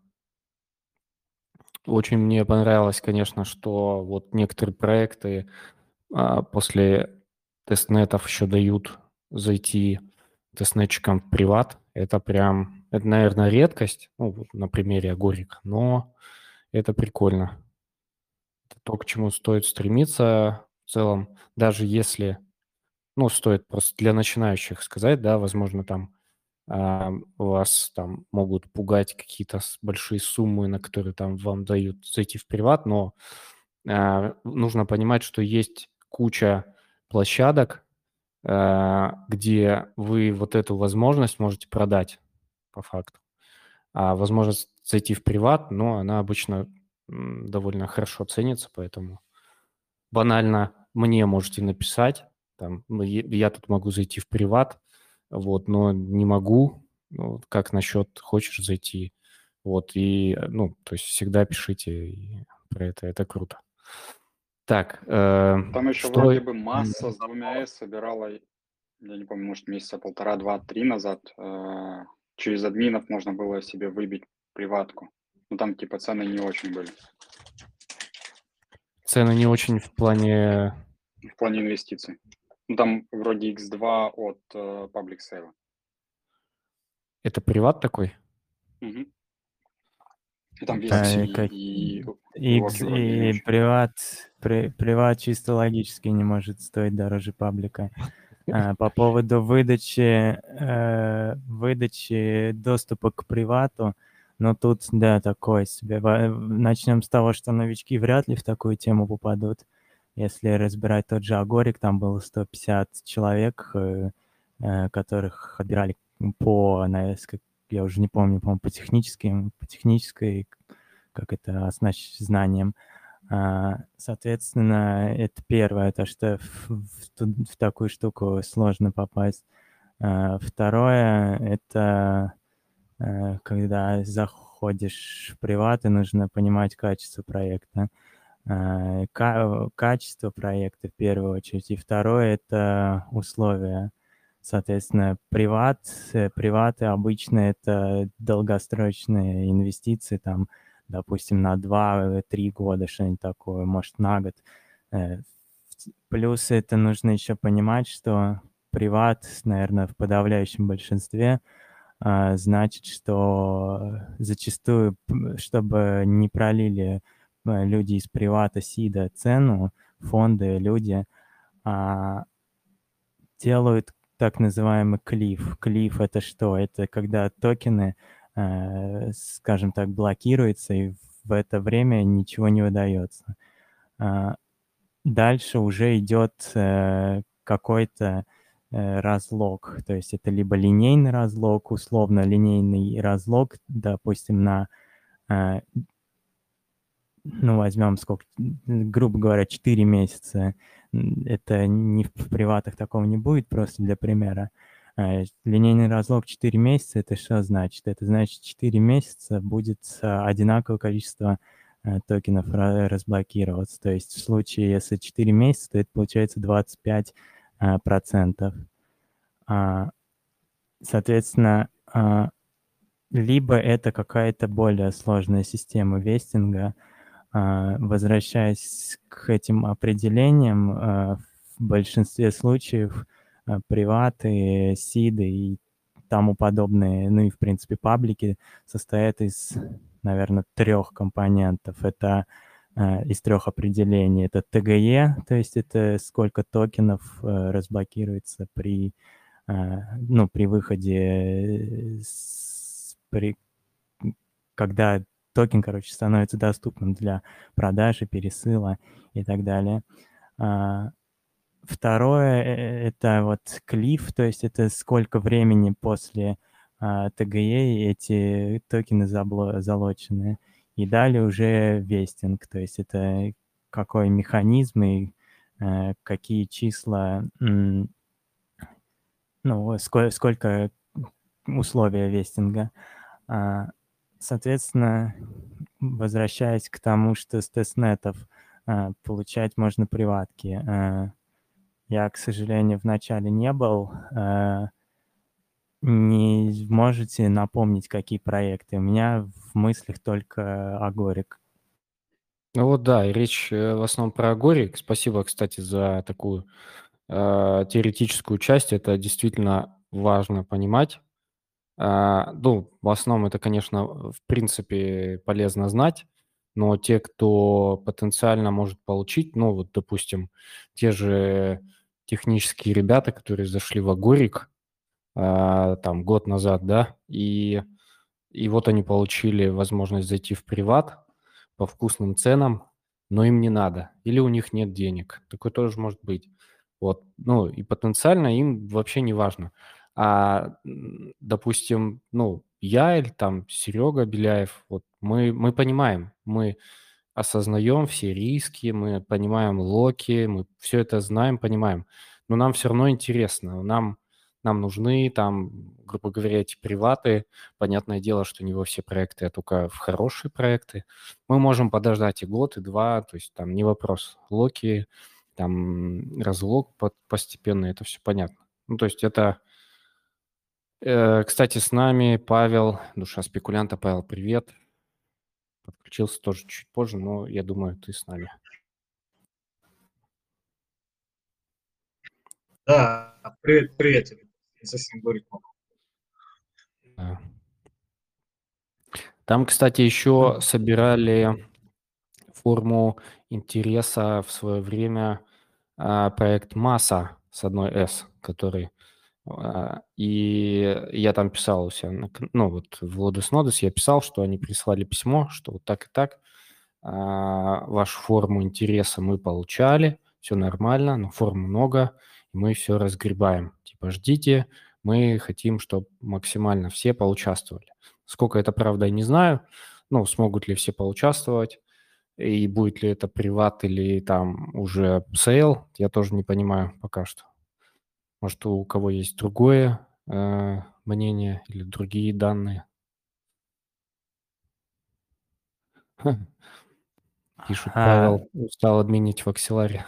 Speaker 1: Очень мне понравилось, конечно, что вот некоторые проекты а, после тестнетов еще дают зайти тестнетчикам в приват. Это прям, это, наверное, редкость, ну, вот на примере Агорика, но это прикольно. Это то, к чему стоит стремиться в целом, даже если, ну, стоит просто для начинающих сказать, да, возможно, там а, вас там могут пугать какие-то с- большие суммы, на которые там вам дают зайти в приват, но а, нужно понимать, что есть куча площадок, а, где вы вот эту возможность можете продать по факту. А возможность зайти в приват, но она обычно м, довольно хорошо ценится, поэтому банально мне можете написать, там, ну, е- я тут могу зайти в приват, вот, но не могу, ну, вот как насчет хочешь зайти, вот, и, э, ну, то есть всегда пишите и про это, это круто. Так, э,
Speaker 2: Там еще
Speaker 1: что...
Speaker 2: вроде бы масса с двумя S собирала, я не помню, может, месяца полтора, два, три назад. э, Через админов можно было себе выбить приватку. Ну, там типа цены не очень были.
Speaker 1: Цены не очень в плане...
Speaker 2: В плане инвестиций. Ну, там вроде икс два от э, Public Sale.
Speaker 1: Это приват такой?
Speaker 2: Мгм. И там
Speaker 1: Так,
Speaker 7: Э,
Speaker 2: ви си
Speaker 7: как-
Speaker 2: и
Speaker 7: X
Speaker 2: блоки вроде не
Speaker 7: и
Speaker 2: очень.
Speaker 7: приват, при- приват чисто логически не может стоить дороже паблика. А, По поводу выдачи, э, выдачи доступа к привату, ну тут, да, такое себе. Во- Начнем с того, что новички вряд ли в такую тему попадут. Если разбирать тот же Агорик, там было сто пятьдесят человек, э, э, которых отбирали по, на- с как- я уже не помню, по-моему, по техническим, по технической, как это, оснащ- знаниям. А, Соответственно, это первое, то, что в, в ту- в такую штуку сложно попасть. А, Второе, это э, когда заходишь в приват, и нужно понимать качество проекта. А, ка- Качество проекта в первую очередь. И второе — это условия. Соответственно, приват, э, приваты обычно это долгосрочные инвестиции, там, допустим, на два-три года, что-нибудь такое, может, на год. Э, есть плюс это нужно еще понимать, что приват, наверное, в подавляющем большинстве а, значит, что зачастую, п- чтобы не пролили а, люди из привата сида цену, фонды, люди а, делают так называемый клифф. Клифф — это что? Это когда токены, э, скажем так, блокируются, и в это время ничего не выдается. А, Дальше уже идет э, какой-то э, разлог, то есть это либо линейный разлог, условно линейный разлог, допустим, на, э, ну, возьмем сколько, м, грубо говоря, четыре месяца. М, Это не в в приватах такого не будет, просто для примера. Э, Линейный разлог четыре месяца — это что значит? Это значит, четыре месяца будет а, одинаковое количество э, токенов ра- разблокироваться. То есть в случае, если четыре месяца, то это получается двадцать пять а, процентов. А, Соответственно, а, либо это какая-то более сложная система вестинга. А, Возвращаясь к этим определениям, а, в большинстве случаев а, приваты, сиды и тому подобные, ну и, в принципе, паблики состоят из, наверное, трех компонентов. Это а, из трех определений. Это тэ гэ е, то есть это сколько токенов э, разблокируется при, а, ну, при выходе, э, с- при, когда токен, короче, становится доступным для продажи, пересыла и так далее. А, Второе э, это вот клифф, то есть это сколько времени после а, тэ гэ е эти токены забло- залочены. И далее уже вестинг, то есть это какой механизм и э, какие числа, м, ну, сколько, сколько условия вестинга. А, Соответственно, возвращаясь к тому, что с тестнетов а, получать можно приватки. а, Я, к сожалению, вначале не был. а, Не можете напомнить, какие проекты? У меня в мыслях только Агорик.
Speaker 1: Ну вот да, и речь э, в основном про Агорик. Спасибо, кстати, за такую э, теоретическую часть. Это действительно важно понимать. А, ну, в основном это, конечно, в принципе полезно знать, но те, кто потенциально может получить, ну, вот, допустим, те же технические ребята, которые зашли в Агорик а, там год назад, да, и, и вот они получили возможность зайти в приват по вкусным ценам, но им не надо, или у них нет денег. Такое тоже может быть. Вот, ну, и потенциально им вообще не важно. А, м, допустим, ну, я или там Серега Беляев, вот мы, мы понимаем, мы осознаем все риски, мы понимаем локи, мы все это знаем, понимаем, но нам все равно интересно, нам, нам нужны там, грубо говоря, эти приваты. Понятное дело, что не во все проекты, а только в хорошие проекты. Мы можем подождать и год, и два, то есть там не вопрос. Локи, там разлог под- постепенно, это все понятно. Ну, то есть это... э, Кстати, с нами Павел, душа спекулянта. Павел, привет. Подключился тоже чуть позже, но я думаю, ты с нами.
Speaker 8: Да, привет, привет. Не совсем говорить могу.
Speaker 1: Да. Там, кстати, еще собирали форму интереса в свое время а, проект Масса с одной «С», который... а, И я там писал у себя, на кн- ну вот в Lotus Notes я писал, что они прислали письмо, что вот так и так, а, вашу форму интереса мы получали, все нормально, но форм много, и мы все разгребаем. Типа ждите, мы хотим, чтобы максимально все поучаствовали. Сколько это правда, я не знаю, ну, смогут ли все поучаствовать, и будет ли это приват или там уже сейл, я тоже не понимаю пока что. Может, у кого есть другое э, мнение или другие данные. Пишут,
Speaker 7: А,
Speaker 1: Павел устал админить в Акселаре.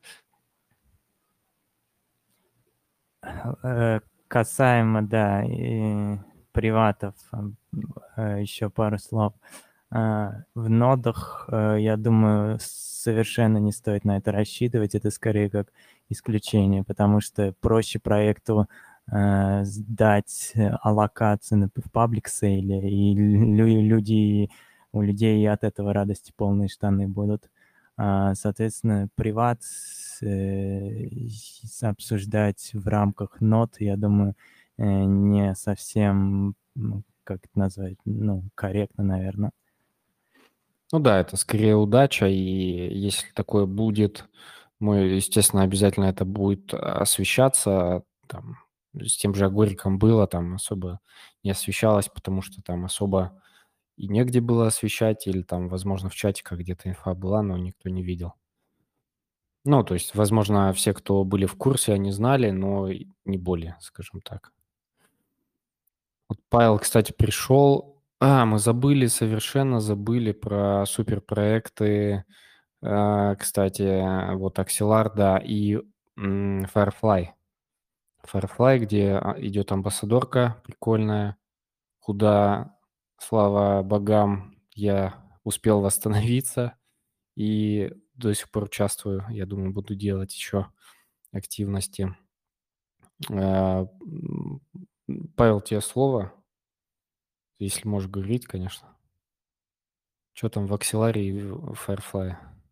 Speaker 7: э, Касаемо, да, и приватов, еще пару слов. А, В нодах, э, я думаю, совершенно не стоит на это рассчитывать. Это скорее как исключение, потому что проще проекту э, сдать э, аллокацию на- в паблик сейле, и лю- люди, у людей от этого радости полные штаны будут. А, Соответственно, приват э, с- обсуждать в рамках нод, я думаю, э, не совсем, ну, как это назвать, ну, корректно, наверное.
Speaker 1: Ну да, это скорее удача, и если такое будет, мы, естественно, обязательно это будет освещаться. Там, с тем же Агориком было, там особо не освещалось, потому что там особо и негде было освещать, или там, возможно, в чатиках где-то инфа была, но никто не видел. Ну, то есть, возможно, все, кто были в курсе, они знали, но и не более, скажем так. Вот Павел, кстати, пришел. А, мы забыли, совершенно забыли про суперпроекты. А, Кстати, вот Axelar, да, и м, Firefly. Firefly, где а, идет амбассадорка прикольная, куда, слава богам, я успел восстановиться и до сих пор участвую. Я думаю, буду делать еще активности. А, м, Павел, тебе слово, если можешь говорить, конечно. Что там в Axelar и в Firefly?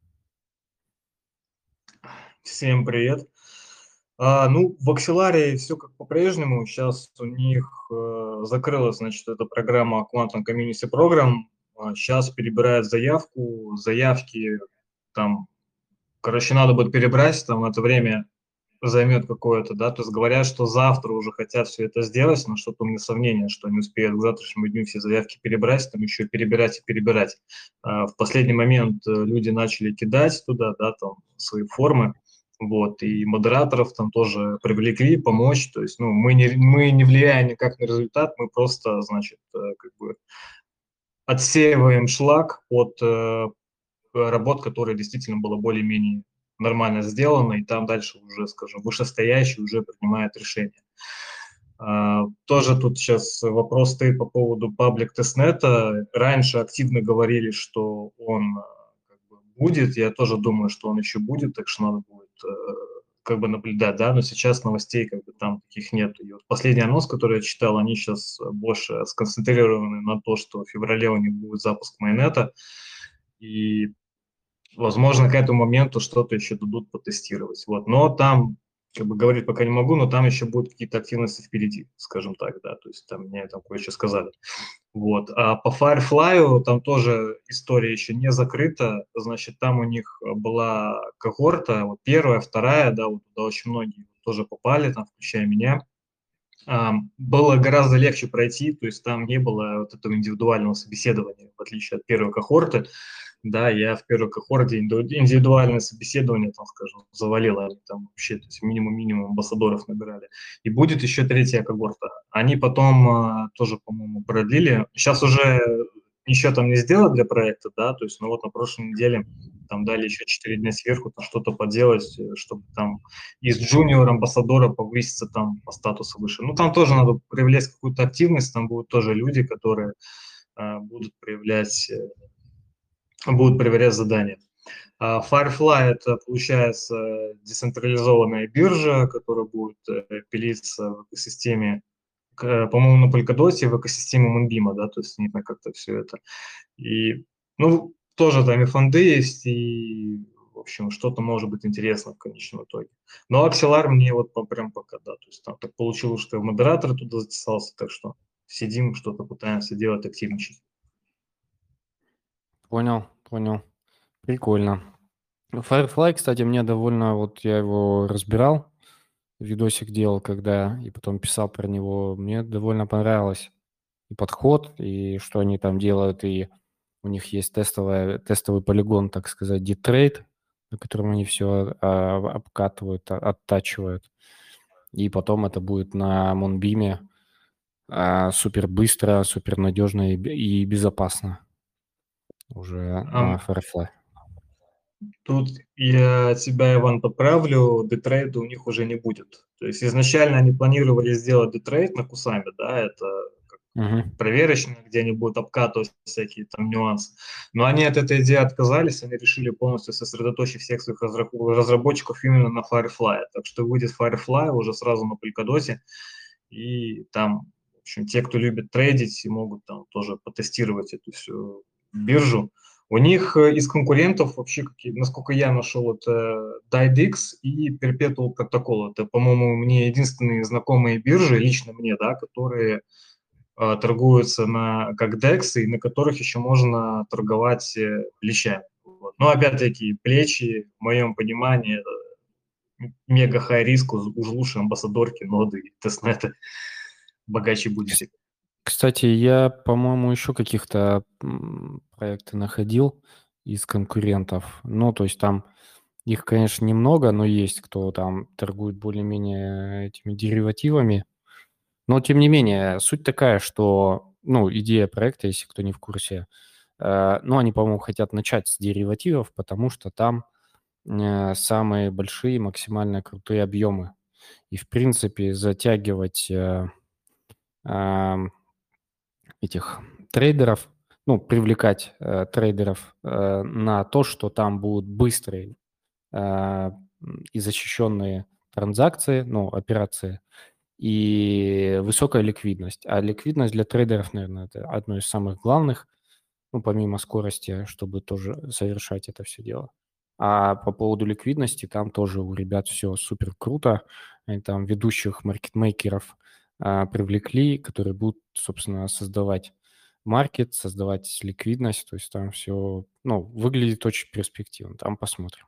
Speaker 8: Всем привет. А, ну, в Axelar все как по-прежнему. Сейчас у них э, закрылась, значит, эта программа Quantum Community Program. Сейчас перебирают заявку. Заявки там, короче, надо будет перебрать, там это время займет какое-то, да, то есть говорят, что завтра уже хотят все это сделать, но что-то у меня сомнение, что они успеют к завтрашнему дню все заявки перебрать, там еще перебирать и перебирать. А, в последний момент э, люди начали кидать туда, да, там свои формы, вот, и модераторов там тоже привлекли помочь, то есть, ну, мы не, мы не влияем никак на результат, мы просто, значит, э, как бы отсеиваем шлак от э, работ, которые действительно было более-менее нормально сделано, и там дальше уже, скажем, вышестоящий уже принимает решение. А, тоже тут сейчас вопрос стоит по поводу паблик тестнета. Раньше активно говорили, что он а, как бы будет, я тоже думаю, что он еще будет, так что надо будет э, как бы наблюдать, да, но сейчас новостей как бы там таких нет. И вот последний анонс, который я читал, они сейчас больше сконцентрированы на то, что в феврале у них будет запуск майонета, и возможно, к этому моменту что-то еще дадут потестировать. Вот. Но там, как бы говорить пока не могу, но там еще будут какие-то активности впереди, скажем так, да, то есть там мне там кое-что сказали. Вот. А по Firefly там тоже история еще не закрыта, значит, там у них была когорта, вот первая, вторая, да, вот туда очень многие тоже попали, там, включая меня. А, было гораздо легче пройти, то есть там не было вот этого индивидуального собеседования, в отличие от первой когорты. Да, я в первой когорте индивидуальное собеседование, там, скажем, завалил, они там вообще, то есть минимум-минимум амбассадоров набирали. И будет еще третья когорта. Они потом а, тоже, по-моему, продлили. Сейчас уже ничего там не сделать для проекта, да, то есть, ну вот на прошлой неделе там дали еще четыре дня сверху, там что-то поделать, э, чтобы там из джуниор амбассадора повыситься там по статусу выше. Ну, там тоже надо проявлять какую-то активность, там будут тоже люди, которые а, будут проявлять, э, будут проверять задания. А Firefly — это, получается, децентрализованная биржа, которая будет э, пилиться в экосистеме, к- по-моему, на Polkadot, в экосистеме Moonbeam, да, то есть не знаю, как-то все это. И, ну, тоже там и фонды есть, и, в общем, что-то может быть интересно в конечном итоге. Но Axelar мне вот по- прям пока, да, то есть там так получилось, что я в модераторы туда затесался, так что сидим, что-то пытаемся делать, активничать.
Speaker 1: Понял, понял. Прикольно. Firefly, кстати, мне довольно, вот я его разбирал, видосик делал, когда, и потом писал про него, мне довольно понравилось и подход, и что они там делают, и у них есть тестовая, тестовый полигон, так сказать, Detrade, на котором они все а, обкатывают, а, оттачивают, и потом это будет на Moonbeam а, супер быстро, супер надежно и, бе- и безопасно уже на
Speaker 8: Ам,
Speaker 1: Firefly.
Speaker 8: Тут я тебя, Иван, поправлю, детрейда у них уже не будет. То есть изначально они планировали сделать детрейд на Кусаме, да, это как
Speaker 1: Мгм.
Speaker 8: проверочная, где они будут обкатывать всякие там нюансы. Но они от этой идеи отказались, они решили полностью сосредоточить всех своих разра- разработчиков именно на Firefly. Так что выйдет Firefly уже сразу на Polkadot, и там, в общем, те, кто любит трейдить, могут там тоже потестировать эту всю биржу. У них э, из конкурентов вообще, какие, насколько я нашел, это DideX и Perpetual Protocol. Это, по-моему, мне единственные знакомые биржи, лично мне, да, которые э, торгуются на, как декс, и на которых еще можно торговать э, плечами. Вот. Но опять-таки, плечи, в моем понимании, это мега хай риск, уж лучше амбассадорки, ноды и тестнеты, богаче будете.
Speaker 1: Кстати, я, по-моему, еще каких-то м, проекты находил из конкурентов. Ну, то есть там их, конечно, немного, но есть кто там торгует более-менее этими деривативами. Но, тем не менее, суть такая, что, ну, идея проекта, если кто не в курсе, э, ну, они, по-моему, хотят начать с деривативов, потому что там э, самые большие, максимально крутые объемы. И, в принципе, затягивать э, ам, этих трейдеров, ну, привлекать э, трейдеров э, на то, что там будут быстрые э, м, и защищенные транзакции, ну, операции, и высокая ликвидность. А ликвидность для трейдеров, наверное, это одно из самых главных, ну, помимо скорости, чтобы тоже совершать это все дело. А по поводу ликвидности, там тоже у ребят все супер круто. Они там ведущих маркетмейкеров а, привлекли, которые будут, собственно, создавать маркет, создавать ликвидность. То есть там все, ну, выглядит очень перспективно. Там посмотрим.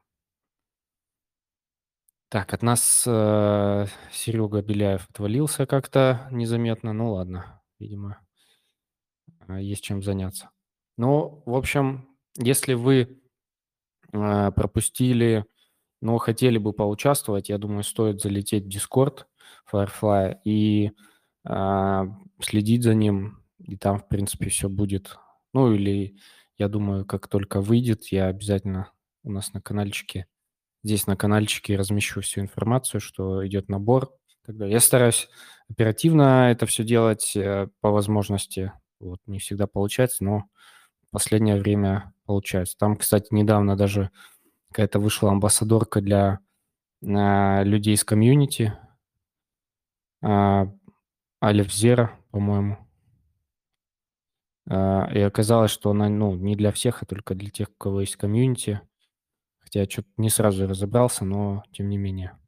Speaker 1: Так, от нас э, Серега Беляев отвалился как-то незаметно. Ну ладно, видимо, а, есть чем заняться. Ну, в общем, если вы э, пропустили, но хотели бы поучаствовать, я думаю, стоит залететь в Discord Firefly и а, следить за ним, и там, в принципе, все будет. Ну, или, я думаю, как только выйдет, я обязательно у нас на каналчике, здесь на каналчике размещу всю информацию, что идет набор. Тогда я стараюсь оперативно это все делать э, по возможности. Вот, не всегда получается, но в последнее время получается. Там, кстати, недавно даже какая-то вышла амбассадорка для а, людей из комьюнити, а, Алиф Зера, по-моему. А, и оказалось, что она, ну, не для всех, а только для тех, у кого есть комьюнити. Хотя я что-то не сразу разобрался, но тем не менее.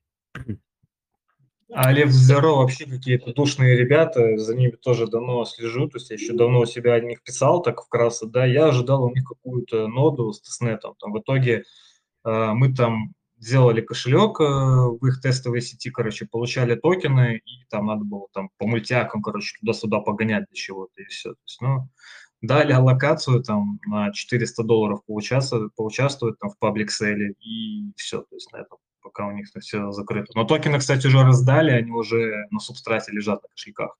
Speaker 8: А Лев Зеро вообще какие-то душные ребята, за ними тоже давно слежу, то есть я еще давно у себя о них писал, так вкратце, да, я ожидал у них какую-то ноду с тестнетом, там в итоге э, мы там сделали кошелек э, в их тестовой сети, короче, получали токены, и там надо было там по мультякам, короче, туда-сюда погонять для чего-то, и все, то есть, ну, дали аллокацию там на четыреста долларов поучаствовать, поучаствовать там в паблик сейле, и все, то есть на этом пока у них все закрыто. Но токены, кстати, уже раздали, они уже на субстрате лежат на кошельках.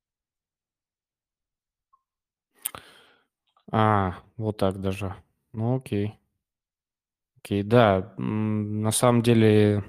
Speaker 1: А, вот так даже. Ну, окей. Окей, да, м, на самом деле...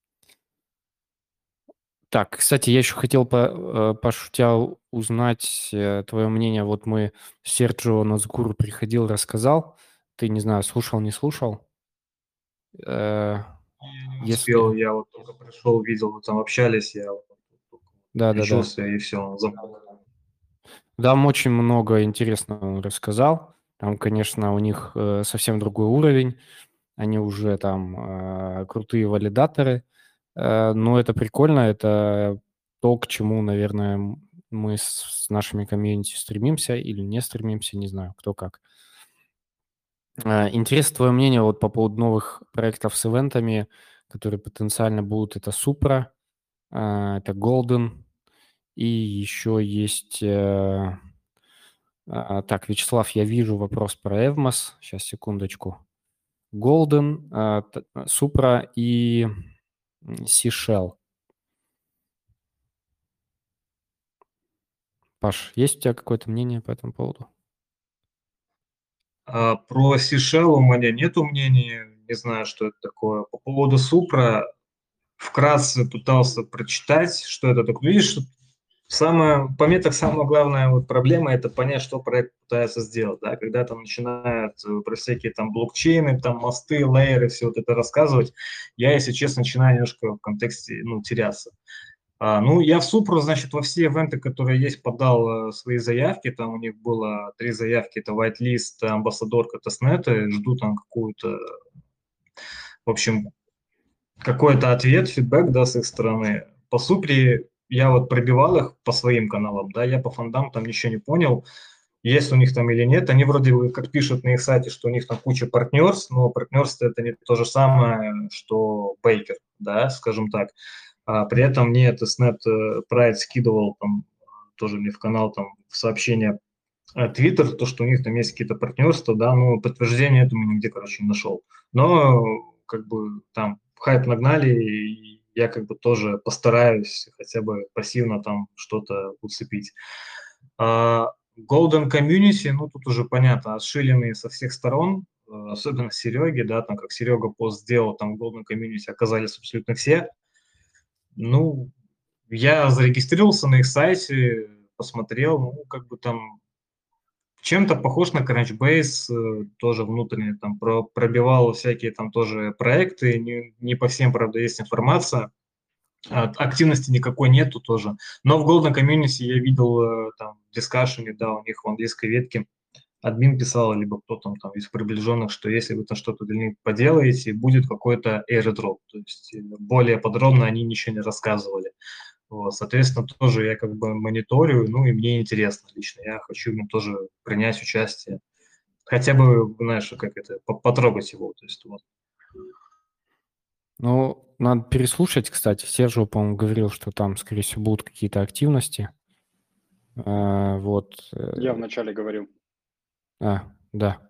Speaker 1: Так, кстати, я еще хотел по, э, пошутя узнать э, твое мнение. Вот мы Серджио Назгуру приходил, рассказал. Ты, не знаю, слушал, не слушал? Э,
Speaker 8: Я не
Speaker 1: Если...
Speaker 8: успел, я вот только пришел, видел, вы там общались, я вот
Speaker 1: Да-да-да.
Speaker 8: включился и все, забыл.
Speaker 1: Там очень много интересного он рассказал. Там, конечно, у них э, совсем другой уровень. Они уже там э, крутые валидаторы. Э, но это прикольно. Это то, к чему, наверное, м- мы с, с нашими комьюнити стремимся или не стремимся, не знаю, кто как. Э, Интересно твое мнение вот по поводу новых проектов с ивентами, которые потенциально будут. Это Supra, э, это Golden, и еще есть... э, а, так, Вячеслав, я вижу вопрос про Evmos. Сейчас, секундочку. Golden, а, т- Supra и м, Seashell. Паш, есть у тебя какое-то мнение по этому поводу?
Speaker 8: А про Seashell у меня нету мнения, не знаю, что это такое. По поводу Супра вкратце пытался прочитать, что это такое. Видишь, самое, по мне, так самая главная вот проблема – это понять, что проект пытается сделать, да, когда там начинают э, про всякие там блокчейны, там мосты, лейеры, все вот это рассказывать, я, если честно, начинаю немножко в контексте, ну, теряться. А, ну, я в Супру, значит, во все ивенты, которые есть, подал э, свои заявки. Там у них было три заявки. Это whitelist, амбассадорка, тестнеты. Жду там какую-то, в общем, какой-то ответ, фидбэк, да, с их стороны. По Супре я вот пробивал их по своим каналам, да, я по фондам там ничего не понял, есть у них там или нет. Они вроде бы как пишут на их сайте, что у них там куча партнерств, но партнерство это не то же самое, что Бейкер, да, скажем так. А при этом мне Testnet Pride скидывал там тоже мне в канал там в сообщение Твиттер, то, что у них там есть какие-то партнерства, да, но подтверждения этому нигде, короче, не нашел. Но как бы там хайп нагнали, и я как бы тоже постараюсь хотя бы пассивно там что-то уцепить. А Golden Community, ну тут уже понятно, отшиленные со всех сторон, особенно Сереги, да, там как Серега пост сделал, там в Golden Community оказались абсолютно все. Ну, я зарегистрировался на их сайте, посмотрел, ну, как бы там чем-то похож на Crunchbase, тоже внутренне там про, пробивал всякие там тоже проекты, не, не по всем, правда, есть информация, активности никакой нету тоже. Но в Golden Community я видел там в дискашене, да, у них в английской ветке админ писал, либо кто там, там из приближенных, что если вы там что-то для них поделаете, будет какой-то airdrop. То есть более подробно они ничего не рассказывали. Вот, соответственно, тоже я как бы мониторю, ну и мне интересно лично. Я хочу ему тоже принять участие. Хотя бы, знаешь, как это, потрогать его. То есть, вот.
Speaker 1: Ну, надо переслушать, кстати. Сержио, по-моему, говорил, что там, скорее всего, будут какие-то активности. А, вот.
Speaker 2: Я вначале говорил.
Speaker 1: А, да.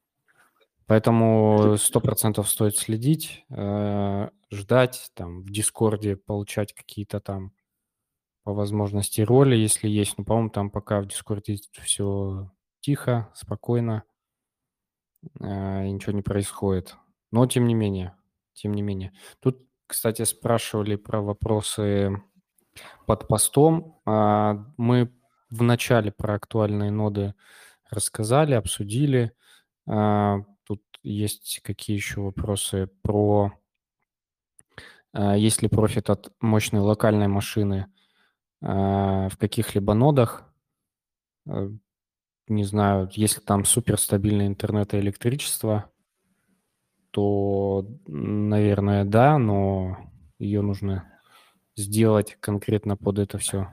Speaker 1: Поэтому сто процентов стоит следить, э, ждать, там, в Дискорде получать какие-то там по возможности роли, если есть. Ну, по-моему, там пока в Дискорде все тихо, спокойно, э, и ничего не происходит. Но тем не менее, тем не менее. Тут, кстати, спрашивали про вопросы под постом. А, Мы в начале про актуальные ноды рассказали, обсудили. А, Тут есть какие еще вопросы про, а, есть ли профит от мощной локальной машины а, в каких-либо нодах. А, Не знаю, если там суперстабильный интернет и электричество, то, наверное, да, но ее нужно сделать конкретно под это все.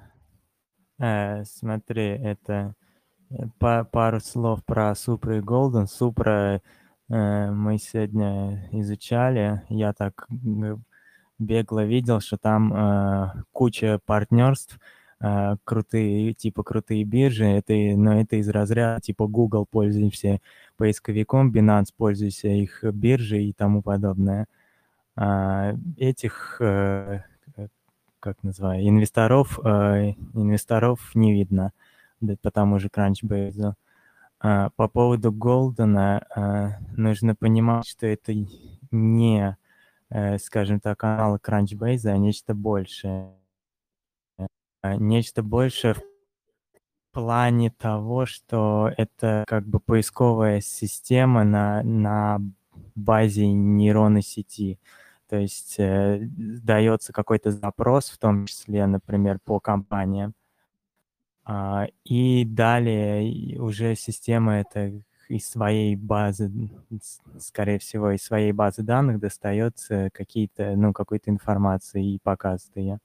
Speaker 7: Э, смотри, это па- пару слов про Supra и Golden. Supra э, мы сегодня изучали. Я так г- бегло видел, что там э, куча партнерств, э, крутые, типа крутые биржи. Это, и- но это из разряда типа Google, пользуемся поисковиком, Binance, пользуйся их биржей и тому подобное. А, этих, э, э, как называю, инвесторов, э, инвесторов не видно да, по тому же Crunchbase. А, по поводу Голдена а, нужно понимать, что это не, э, скажем так, аналог Crunchbase, а нечто большее. А, Нечто большее в плане того, что это как бы поисковая система на, на базе нейронной сети. То есть э, дается какой-то запрос, в том числе, например, по компаниям, а, и далее и уже система это из своей базы, с- скорее всего, из своей базы данных достается какие-то, ну, какой-то информации и показывает ее.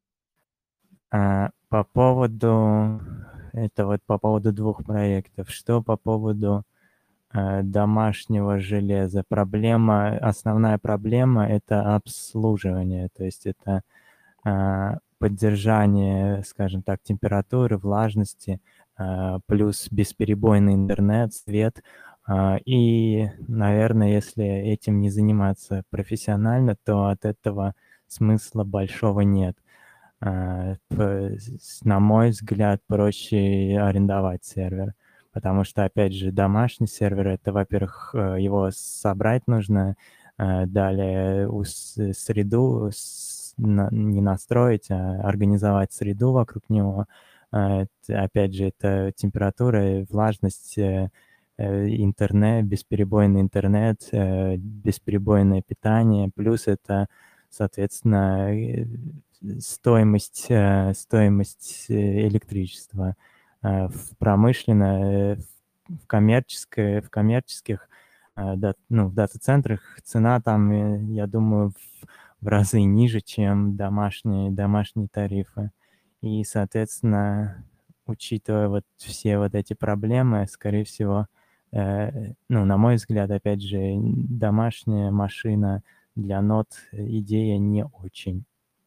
Speaker 7: А, по поводу, это вот по поводу двух проектов. Что по поводу э, домашнего железа? Проблема, основная проблема – это обслуживание, то есть это а, поддержание, скажем так, температуры, влажности, а, плюс бесперебойный интернет, свет. А, И, наверное, если этим не заниматься профессионально, то от этого смысла большого нет. А, п- с- На мой взгляд, проще арендовать сервер, потому что, опять же, домашний сервер, это, во-первых, э, его собрать нужно, э, далее ус- среду с- на- не настроить, а организовать среду вокруг него. Э, это, опять же, это температура, влажность, э, э, интернет, бесперебойный интернет, э, бесперебойное питание, плюс это, соответственно, э, стоимость, э, стоимость э, электричества. Э, В промышленно, э, в коммерческой, в коммерческих, э, да- ну, в дата-центрах цена там, э, я думаю, в, в разы ниже, чем домашние, домашние тарифы. И, соответственно, учитывая вот все вот эти проблемы, скорее всего, э, ну, на мой взгляд, опять же, домашняя машина для нод идея не очень.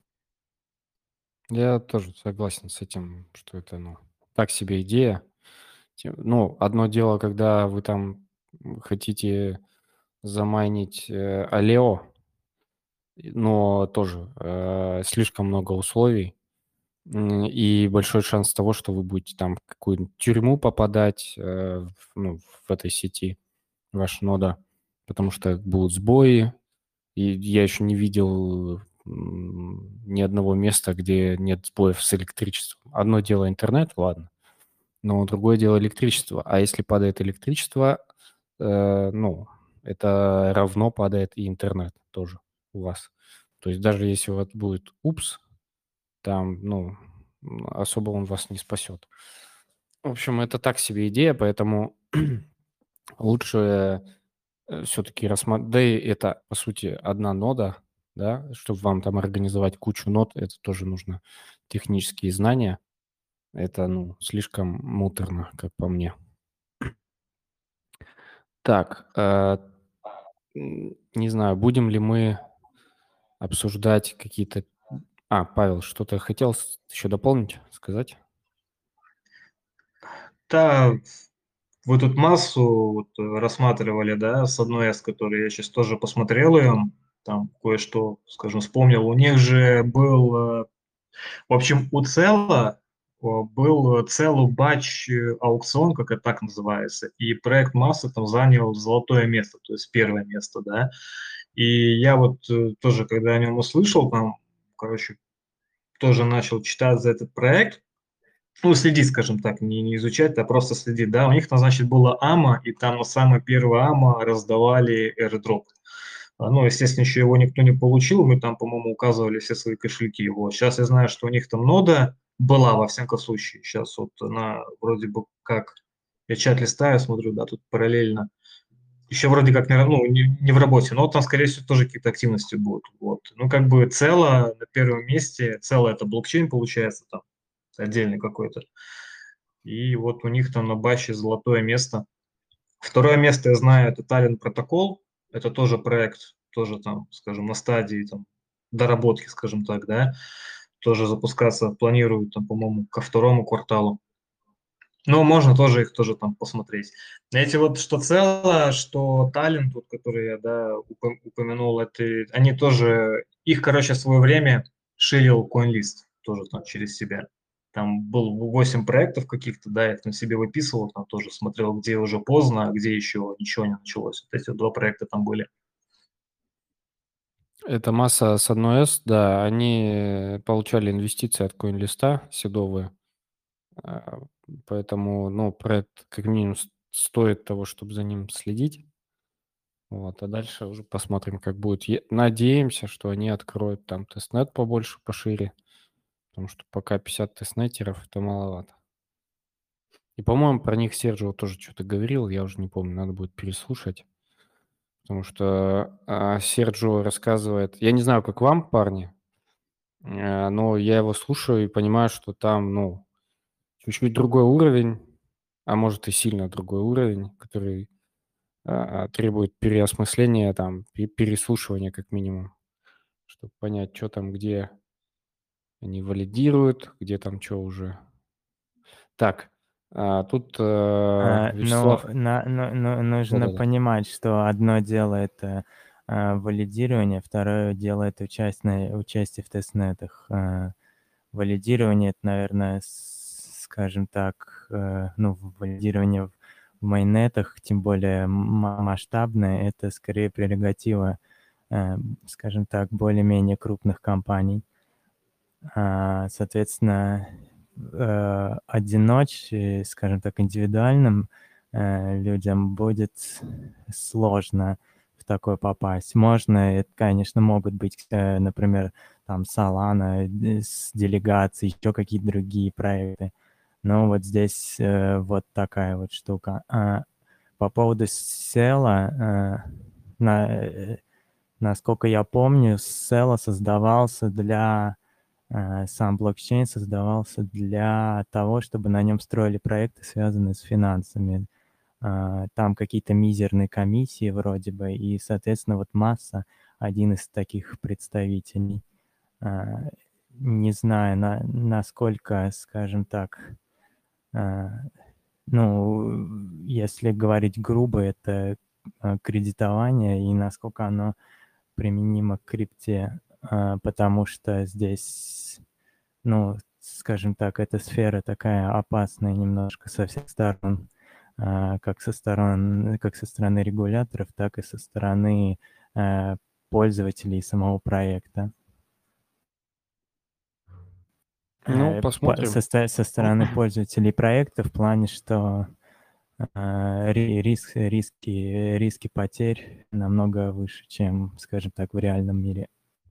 Speaker 1: Я тоже согласен с этим, что это, ну, так себе идея. Те- Ну, одно дело, когда вы там м, хотите замайнить э, Алео, и- но тоже э, слишком много условий м, и большой шанс того, что вы будете там в какую-нибудь тюрьму попадать э, в, ну, в этой сети, ваша нода, потому что будут сбои, и я еще не видел м, ни одного места, где нет сбоев с электричеством. Одно дело интернет, ладно, но другое дело электричество. А если падает электричество, э, ну, это равно падает и интернет тоже у вас. То есть даже если у вас будет упс, там, ну, м, особо он вас не спасет. В общем, это так себе идея, поэтому лучше все-таки рассматривать. Да и это, по сути, одна нода, да, чтобы вам там организовать кучу нод, это тоже нужно технические знания. Это, ну, слишком муторно, как по мне. Так, э, м, не знаю, будем ли мы обсуждать какие-то... А, Павел, что-то хотел с- еще дополнить, сказать?
Speaker 8: Да, вы тут массу вот, э, рассматривали, да, с одной из, которой я сейчас тоже посмотрел ее, там кое-что, скажем, вспомнил. У них же был, э, в общем, у Цела о, был Целу батч э, аукцион, как это так называется, и проект масса там занял золотое место, то есть первое место, да. И я вот э, тоже, когда о нем услышал, там, короче, тоже начал читать за этот проект, ну, следить, скажем так, не, не изучать, а просто следить, да, у них там, значит, было АМА, и там на самое первое АМА раздавали airdrop. А, Ну, естественно, еще его никто не получил, мы там, по-моему, указывали все свои кошельки. Вот. Сейчас я знаю, что у них там нода была, во всяком случае, сейчас вот она вроде бы как, я чат листаю, смотрю, да, тут параллельно, еще вроде как не, ра- ну, не, не в работе, но там, скорее всего, тоже какие-то активности будут. Вот. Ну, как бы цело на первом месте, цело это блокчейн, получается, там, отдельный какой-то. И вот у них там на баще золотое место. Второе место, я знаю, это Talent протокол. Это тоже проект, тоже там, скажем, на стадии там, доработки, скажем так, да. Тоже запускаться планируют, там, по-моему, ко второму кварталу. Но можно тоже их тоже там посмотреть. Эти вот, что цело, что Talent, вот, который я, да, упом- упомянул, это, они тоже, их, короче, в свое время ширил CoinList тоже там через себя. Там был восемь проектов каких-то, да, я их там себе выписывал, там тоже смотрел, где уже поздно, а где еще ничего не началось. Вот эти вот два проекта там были.
Speaker 1: Это масса с одной эс, да, они получали инвестиции от CoinList'а седовые, а, поэтому, ну, проект как минимум с- стоит того, чтобы за ним следить. Вот, а дальше уже посмотрим, как будет. Е- Надеемся, что они откроют там тестнет побольше, пошире, потому что пока пятьдесят тестнетеров, это маловато. И, по-моему, про них Серджио тоже что-то говорил, я уже не помню, надо будет переслушать, потому что а, Серджио рассказывает... Я не знаю, как вам, парни, э, но я его слушаю и понимаю, что там, ну, чуть-чуть другой уровень, а может и сильно другой уровень, который а, требует переосмысления, там, пе- переслушивания как минимум, чтобы понять, что там, где они валидируют, где там что уже. Так, а, тут э,
Speaker 7: А, Но,
Speaker 1: Вячеслав...
Speaker 7: на- но- но нужно
Speaker 1: Да-да-да.
Speaker 7: понимать, что одно дело это а, валидирование, второе дело это участие, участие в тестнетах. А, Валидирование это, наверное, с- скажем так, э, ну, валидирование в в майнетах, тем более м- масштабное, это скорее прерогатива э, скажем так, более-менее крупных компаний. А, Соответственно, э, одиноч, э, скажем так, индивидуальным э, людям будет сложно в такое попасть. Можно, это, конечно, могут быть, э, например, там Solana э, с делегацией, еще какие-то другие проекты. Но вот здесь э, вот такая вот штука. А по поводу Села, э, на, э, насколько я помню, Села создавался для э, сам блокчейн создавался для того, чтобы на нем строили проекты, связанные с финансами. А, Там какие-то мизерные комиссии вроде бы, и, соответственно, вот Масса один из таких представителей. А, Не знаю, на, насколько, скажем так, а, ну, если говорить грубо, это а, кредитование и насколько оно применимо к крипте, а, потому что здесь, ну, скажем так, эта сфера такая опасная немножко со всех сторон, а, как со сторон, как со стороны регуляторов, так и со стороны а, пользователей самого проекта.
Speaker 1: Ну,
Speaker 7: Э, по-
Speaker 1: посмотрим.
Speaker 7: Со, ста- со стороны пользователей проекта в плане, что а, ри- риск, риски, риски потерь намного выше, чем, скажем так, в реальном мире.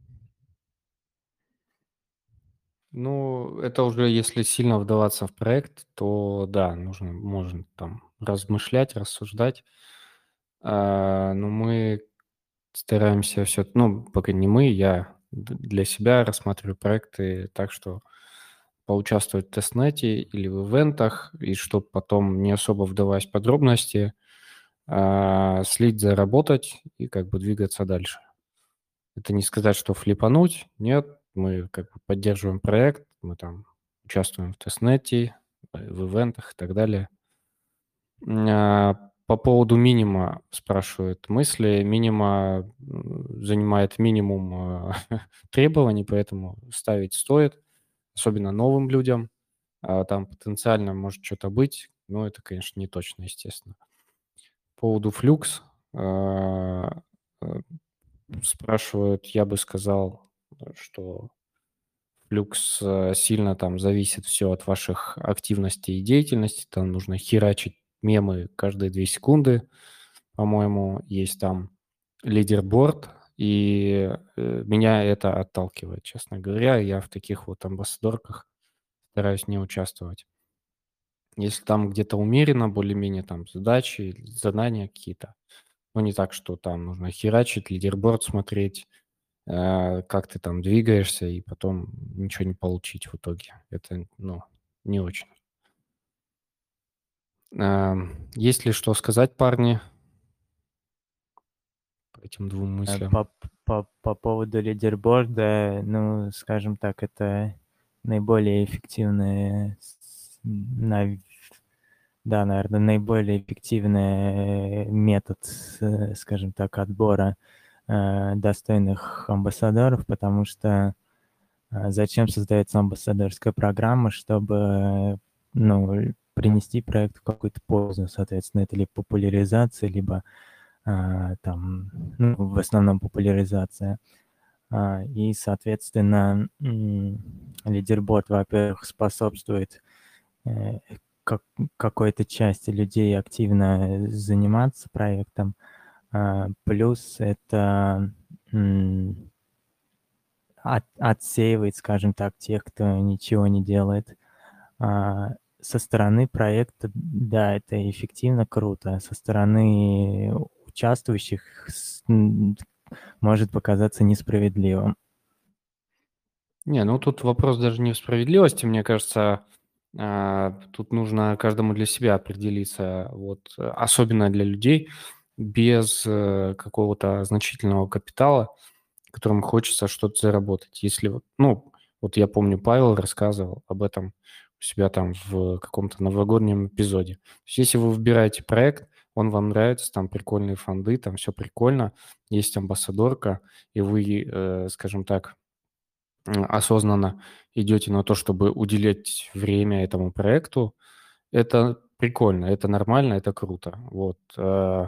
Speaker 1: Ну, это уже если сильно вдаваться в проект, то да, нужно, можно там размышлять, рассуждать. А, но мы стараемся все, ну, пока не мы, я д- для себя рассматриваю проекты так, что поучаствовать в тестнете или в ивентах, и чтобы потом, не особо вдаваясь в подробности, а, слить, заработать и как бы двигаться дальше. Это не сказать, что флипануть, нет, мы как бы поддерживаем проект, мы там участвуем в тестнете, э, в ивентах и так далее. М, а, По поводу минима спрашивают мысли. Минима м, занимает минимум а, требований, поэтому ставить стоит, особенно новым людям. А Там потенциально может что-то быть, но это, конечно, не точно, естественно. По поводу флюкс а, э, спрашивают, я бы сказал, э, что флюкс э, сильно там зависит все от ваших активностей и деятельности. Там нужно херачить мемы каждые две секунды, по-моему, есть там лидерборд, и э, меня это отталкивает, честно говоря. Я в таких вот амбассадорках стараюсь не участвовать. Если там где-то умеренно, более-менее там задачи, задания какие-то, ну, не так, что там нужно херачить, лидерборд смотреть, э, как ты там двигаешься, и потом ничего не получить в итоге. Это, ну, не очень. Эм, Есть ли что сказать, парни, по этим двум
Speaker 7: Э,
Speaker 1: мыслям?
Speaker 7: По, по, по поводу лидерборда, ну, скажем так, это наиболее эффективная, с- на- да, наверное, наиболее эффективный метод, э, скажем так, отбора э, достойных амбассадоров, потому что э, зачем создается амбассадорская программа, чтобы, ну, принести проекту какую-то пользу, соответственно, это либо популяризация, либо а, там, ну, в основном популяризация. А, И, соответственно, м, лидерборд, во-первых, способствует э, как, какой-то части людей активно заниматься проектом. А, Плюс это м, от- отсеивает, скажем так, тех, кто ничего не делает. А, Со стороны проекта, да, это эффективно, круто. Со стороны участвующих с- м, может показаться несправедливым.
Speaker 1: Не, ну тут вопрос даже не в справедливости, мне кажется, а, тут нужно каждому для себя определиться, вот, э, особенно для людей без э, какого-то значительного капитала, которым хочется что-то заработать. Если вот, ну, вот я помню, Павел рассказывал об этом у себя там в каком-то новогоднем эпизоде. То есть если вы выбираете проект, он вам нравится, там прикольные фонды, там все прикольно, есть амбассадорка, и вы, э, скажем так, м, осознанно идете на то, чтобы уделять время этому проекту, это прикольно, это нормально, это круто. Вот. э,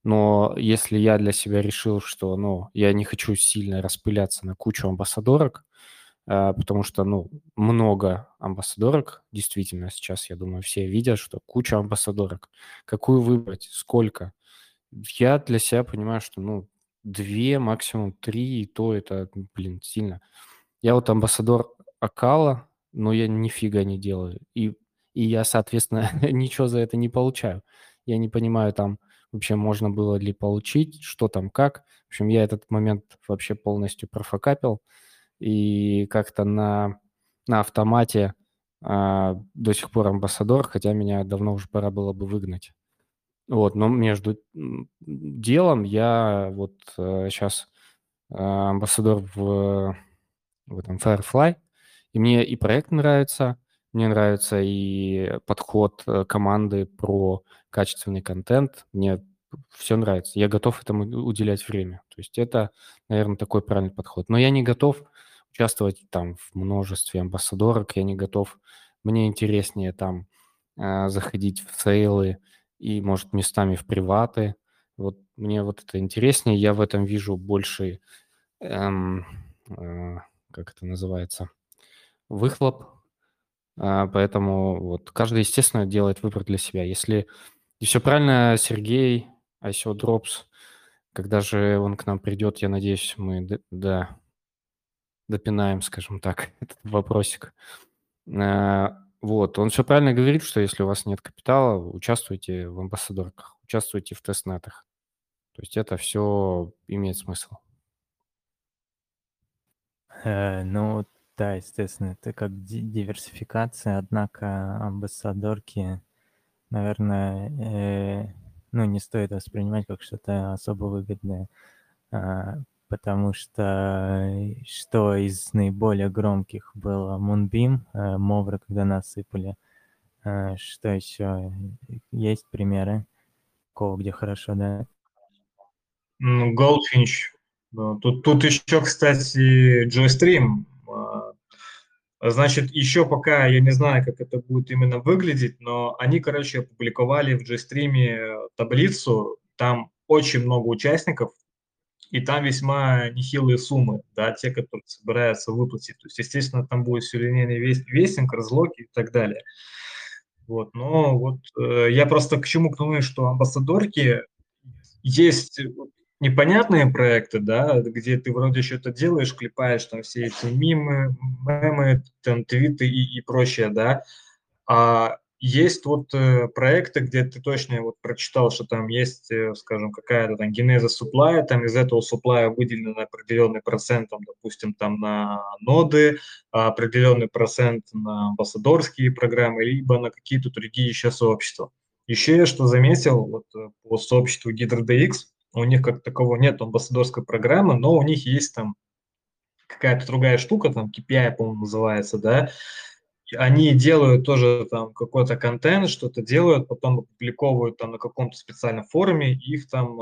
Speaker 1: Но если я для себя решил, что, ну, я не хочу сильно распыляться на кучу амбассадорок, а, потому что, ну, много амбассадорок, действительно, сейчас, я думаю, все видят, что куча амбассадорок. Какую выбрать? Сколько? Я для себя понимаю, что, ну, две, максимум три, и то это, блин, сильно. Я вот амбассадор Акала, но я нифига не делаю. И, и я, соответственно, ничего за это не получаю. Я не понимаю, там вообще можно было ли получить, что там, как. В общем, я этот момент вообще полностью профокапил. И как-то на, на автомате а, до сих пор амбассадор, хотя меня давно уже пора было бы выгнать. Вот, но между м, делом я вот сейчас амбассадор в, в этом Firefly, и мне и проект нравится, мне нравится и подход э, команды про качественный контент, мне все нравится, я готов этому уделять время. То есть это, наверное, такой правильный подход. Но я не готов участвовать там в множестве амбассадорок, я не готов, мне интереснее там э, заходить в сейлы и, может, местами в приваты. Вот мне вот это интереснее, я в этом вижу больше, эм, э, как это называется, выхлоп. А, поэтому вот каждый, естественно, делает выбор для себя. Если и все правильно, Сергей, ай си о Drops, когда же он к нам придет, я надеюсь, мы д- да, допинаем, скажем так, этот вопросик. А, Вот, он все правильно говорит, что если у вас нет капитала, участвуйте в амбассадорках, участвуйте в тестнетах. То есть это все имеет смысл.
Speaker 7: Э, ну да, естественно, это как ди- диверсификация, однако амбассадорки, наверное, э, ну, не стоит воспринимать как что-то особо выгодное, а, потому что э, что из наиболее громких было Moonbeam, э, Мовра, когда насыпали, э, что еще? Есть примеры такого, где хорошо, да?
Speaker 8: Ну, Goldfinch. Да, Тут, тут еще, кстати, Joystream. а, Значит, еще пока я не знаю, как это будет именно выглядеть, но они, короче, опубликовали в Joystream таблицу, там очень много участников, и там весьма нехилые суммы, да, те, которые собираются выплатить. То есть, естественно, там будет все линейный вес- вестинг, разлоки и так далее. Вот, но вот э, я просто к чему клоню, что амбассадорки есть непонятные проекты, да, где ты вроде что-то делаешь, клепаешь там все эти мимы, мемы, там, твиты и, и прочее, да, а есть вот э, проекты, где ты точно вот прочитал, что там есть, э, скажем, какая-то там генеза суплая, там из этого суплая выделен определенный процент, там, допустим, там на ноды, а определенный процент на амбассадорские программы, либо на какие-то другие еще сообщества. Еще я что заметил, вот э, по сообществу GidraDX, у них как такового нет амбассадорской программы, но у них есть там какая-то другая штука, там кей пи ай, по-моему, называется, да, они делают тоже там какой-то контент, что-то делают, потом опубликовывают там на каком-то специальном форуме, их там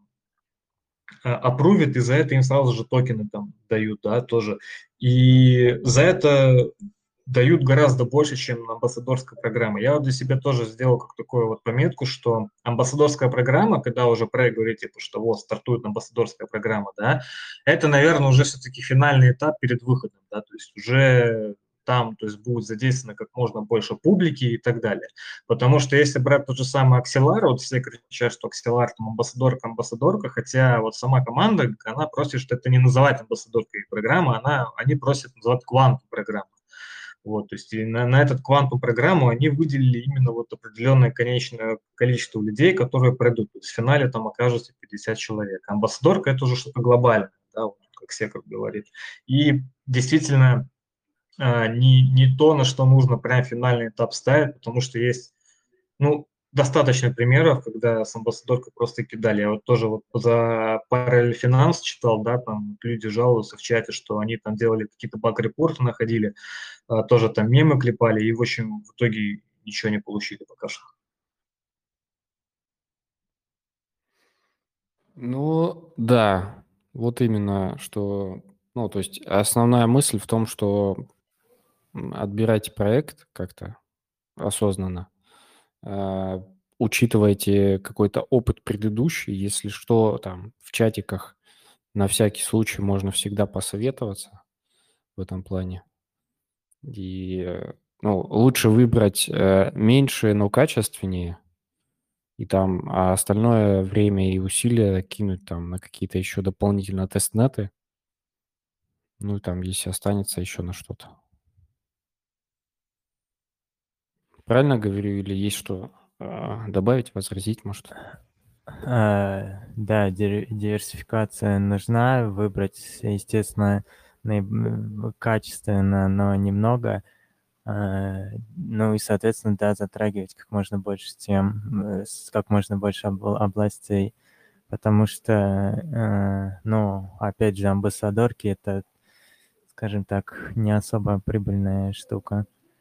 Speaker 8: апрувят, и за это им сразу же токены там дают, да, тоже. И за это дают гораздо больше, чем амбассадорская программа. Я вот для себя тоже сделал как такую вот пометку, что амбассадорская программа, когда уже проект говорит, типа, что вот стартует амбассадорская программа, да, это, наверное, уже все-таки финальный этап перед выходом, да, то есть уже там, то есть будет задействовано как можно больше публики и так далее. Потому что если брать тот же самый Axelar, вот все кричат, что Axelar там амбассадорка, амбассадорка, хотя вот сама команда, она просит, что это не называть амбассадоркой программы, она, они просят называть квантум программу. Вот, то есть и на, на этот квантум программу они выделили именно вот определенное конечное количество людей, которые пройдут. То есть в финале там окажется пятьдесят человек. Амбассадорка это уже что-то глобальное, да, вот, как Секов говорит. И действительно а, не, не то, на что нужно прям финальный этап ставить, потому что есть, ну, достаточно примеров, когда с амбассадоркой просто кидали. Я вот тоже вот за Parallel Finance читал, да, там люди жалуются в чате, что они там делали какие-то баг-репорты, находили, а, тоже там мемы клепали, и, в общем, в итоге ничего не получили пока что.
Speaker 1: Ну, да, вот именно, что, ну, то есть основная мысль в том, что м, отбирайте проект как-то осознанно, а, учитываете какой-то опыт предыдущий, если что, там в чатиках на всякий случай можно всегда посоветоваться в этом плане. И э, ну, лучше выбрать э, меньше, но качественнее, и там, а остальное время и усилия кинуть там на какие-то еще дополнительно тестнеты. Ну и там, если останется еще на что-то. Правильно говорю или есть что а, добавить, возразить, может?
Speaker 7: А, Да, дир- диверсификация нужна, выбрать, естественно, наиб- качественно, но немного. А, Ну и, соответственно, да, затрагивать как можно больше тем, э, с как можно больше обл- областей, потому что, э, ну, опять же, амбассадорки — это, скажем так, не особо прибыльная штука.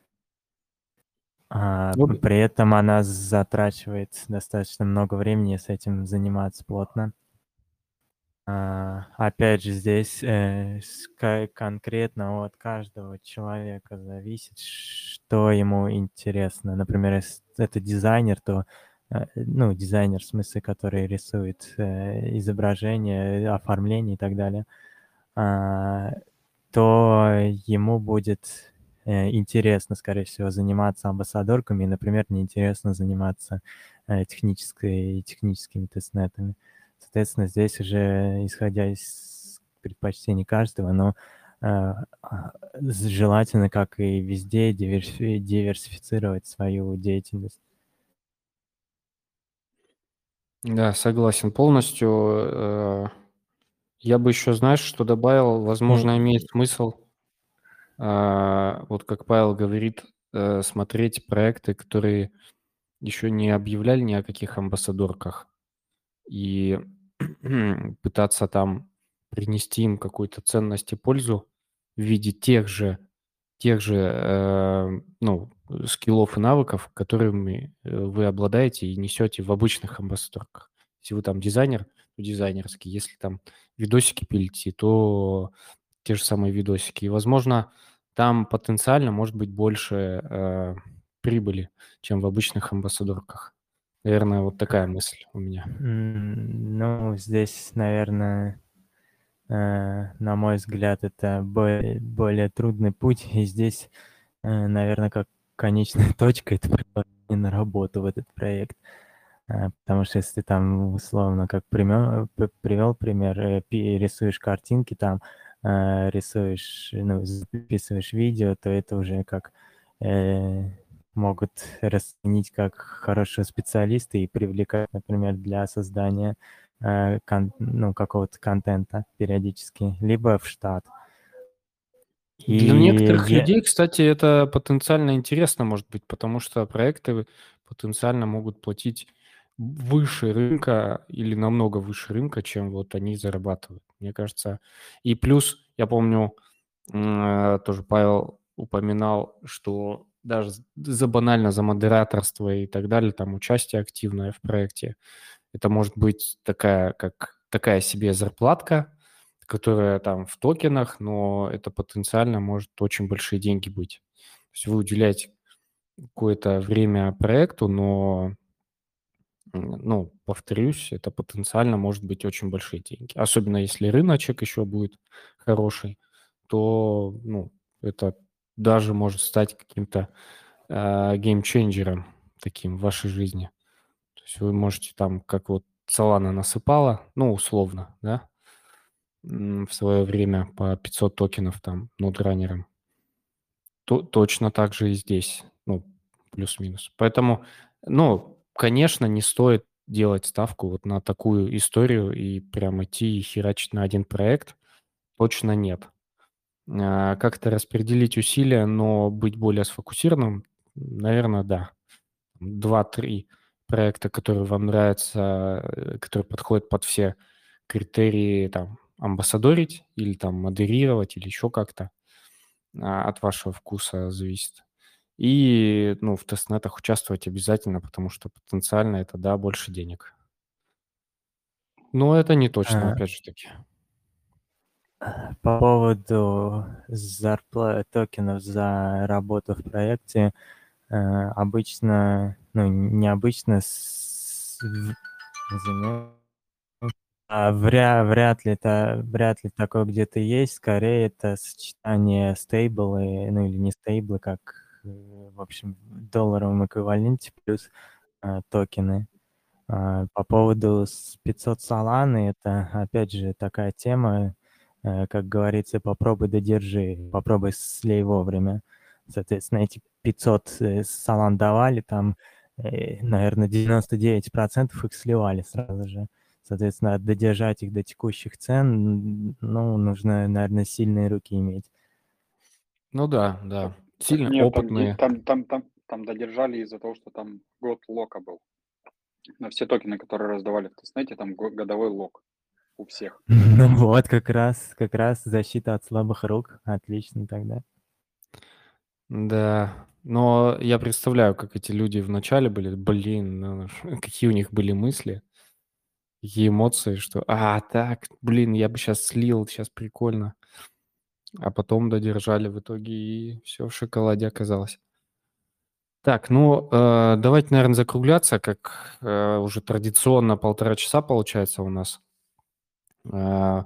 Speaker 7: А,
Speaker 1: Ну,
Speaker 7: м, При этом она затрачивает достаточно много времени с этим заниматься плотно. А, Опять же, здесь э, с- ка- конкретно от каждого человека зависит, что ему интересно. Например, если это дизайнер, то, э, ну, дизайнер, в смысле, который рисует э, изображение, оформление и так далее, а, то ему будет э, интересно, скорее всего, заниматься амбассадорками, и, например, неинтересно заниматься э, технической, техническими тестнетами. Соответственно, здесь уже, исходя из предпочтений каждого, но э, а, з- желательно, как и везде, диверси- диверсифицировать свою деятельность.
Speaker 1: да, согласен полностью. Э, Я бы еще, знаешь, что добавил? Возможно,
Speaker 7: И-
Speaker 1: имеет смысл, а, вот как Павел говорит, э, смотреть проекты, которые еще не объявляли ни о каких амбассадорках, и пытаться там принести им какую-то ценность и пользу в виде тех же, тех же э, ну, скиллов и навыков, которыми э, вы обладаете и несете в обычных амбассадорках. Если вы там дизайнер, то дизайнерский. Если там видосики пилите, то те же самые видосики. И, возможно, там потенциально может быть больше э, прибыли, чем в обычных амбассадорках. Наверное, вот такая мысль у меня.
Speaker 7: м, Ну, здесь, наверное, э, на мой взгляд, это более, более трудный путь. И здесь, э, наверное, как конечная точка — это приложение на работу в этот проект. Э, Потому что если ты там условно, как пример, привел пример, э, пи- рисуешь картинки, там э, рисуешь, ну, записываешь видео, то это уже как э, могут расценить как хорошего специалиста и привлекать, например, для создания э, кон- ну, какого-то контента периодически, либо в штат. И
Speaker 1: Для некоторых
Speaker 7: е-
Speaker 1: людей, кстати, это потенциально интересно может быть, потому что проекты потенциально могут платить выше рынка или намного выше рынка, чем вот они зарабатывают. Мне кажется. И плюс, я помню, м, э, тоже Павел упоминал, что даже з- за банально за модераторство и так далее, там участие активное в проекте, это может быть такая, как такая себе зарплатка, которая там в токенах, но это потенциально может очень большие деньги быть. То есть вы уделяете какое-то время проекту, но, м, ну, повторюсь, это потенциально может быть очень большие деньги. Особенно если рыночек еще будет хороший, то, ну, это даже может стать каким-то э, геймченджером таким в вашей жизни. То есть вы можете там, как вот Solana насыпала, ну, условно, да, м, в свое время по пятьсот токенов там нодранерам, то точно так же и здесь, ну, плюс-минус. Поэтому, ну, конечно, не стоит делать ставку вот на такую историю и прям идти и херачить на один проект. Точно нет. А, Как-то распределить усилия, но быть более сфокусированным, наверное, да. Два-три проекта, которые вам нравятся, э, которые подходят под все критерии, там, амбассадорить или там модерировать, или еще как-то, а, от вашего вкуса зависит. И, ну, в тестнетах участвовать обязательно, потому что потенциально это, да, больше денег. Но это не точно,
Speaker 7: а,
Speaker 1: опять же таки.
Speaker 7: По поводу зарплаты токенов за работу в проекте, Э, обычно, ну, необычно, с... извини, а вря, вряд ли это, вряд ли такое где-то есть. Скорее, это сочетание стейблы, ну или не стейблы, как, э, в общем, в долларовом эквиваленте плюс э, токены. А, По поводу с пятьсот Solana, это, опять же, такая тема, э, как говорится, попробуй додержи, попробуй слей вовремя. Соответственно, эти пятьсот э, Solana давали, там, э, наверное, девяносто девять процентов их сливали сразу же. Соответственно, додержать их до текущих цен, н- ну, нужно, наверное, сильные руки иметь.
Speaker 1: Ну да,
Speaker 2: Так,
Speaker 1: да.
Speaker 2: так
Speaker 1: Сильно
Speaker 2: нет, там, е-
Speaker 1: опытные.
Speaker 2: там, там, там, там додержали из-за того, что там год лока был. На все токены, которые раздавали в тестнете, там го- годовой лок у всех.
Speaker 7: Ну вот, как раз, как раз защита от слабых рук. Отлично тогда.
Speaker 1: Да. Но я представляю, как эти люди вначале были. Блин, ну, какие у них были мысли, какие эмоции, что «А, так, блин, я бы сейчас слил, сейчас прикольно». А потом додержали в итоге, и все в шоколаде оказалось. Так, ну, э, давайте, наверное, закругляться, как э, уже традиционно полтора часа получается у нас. Э,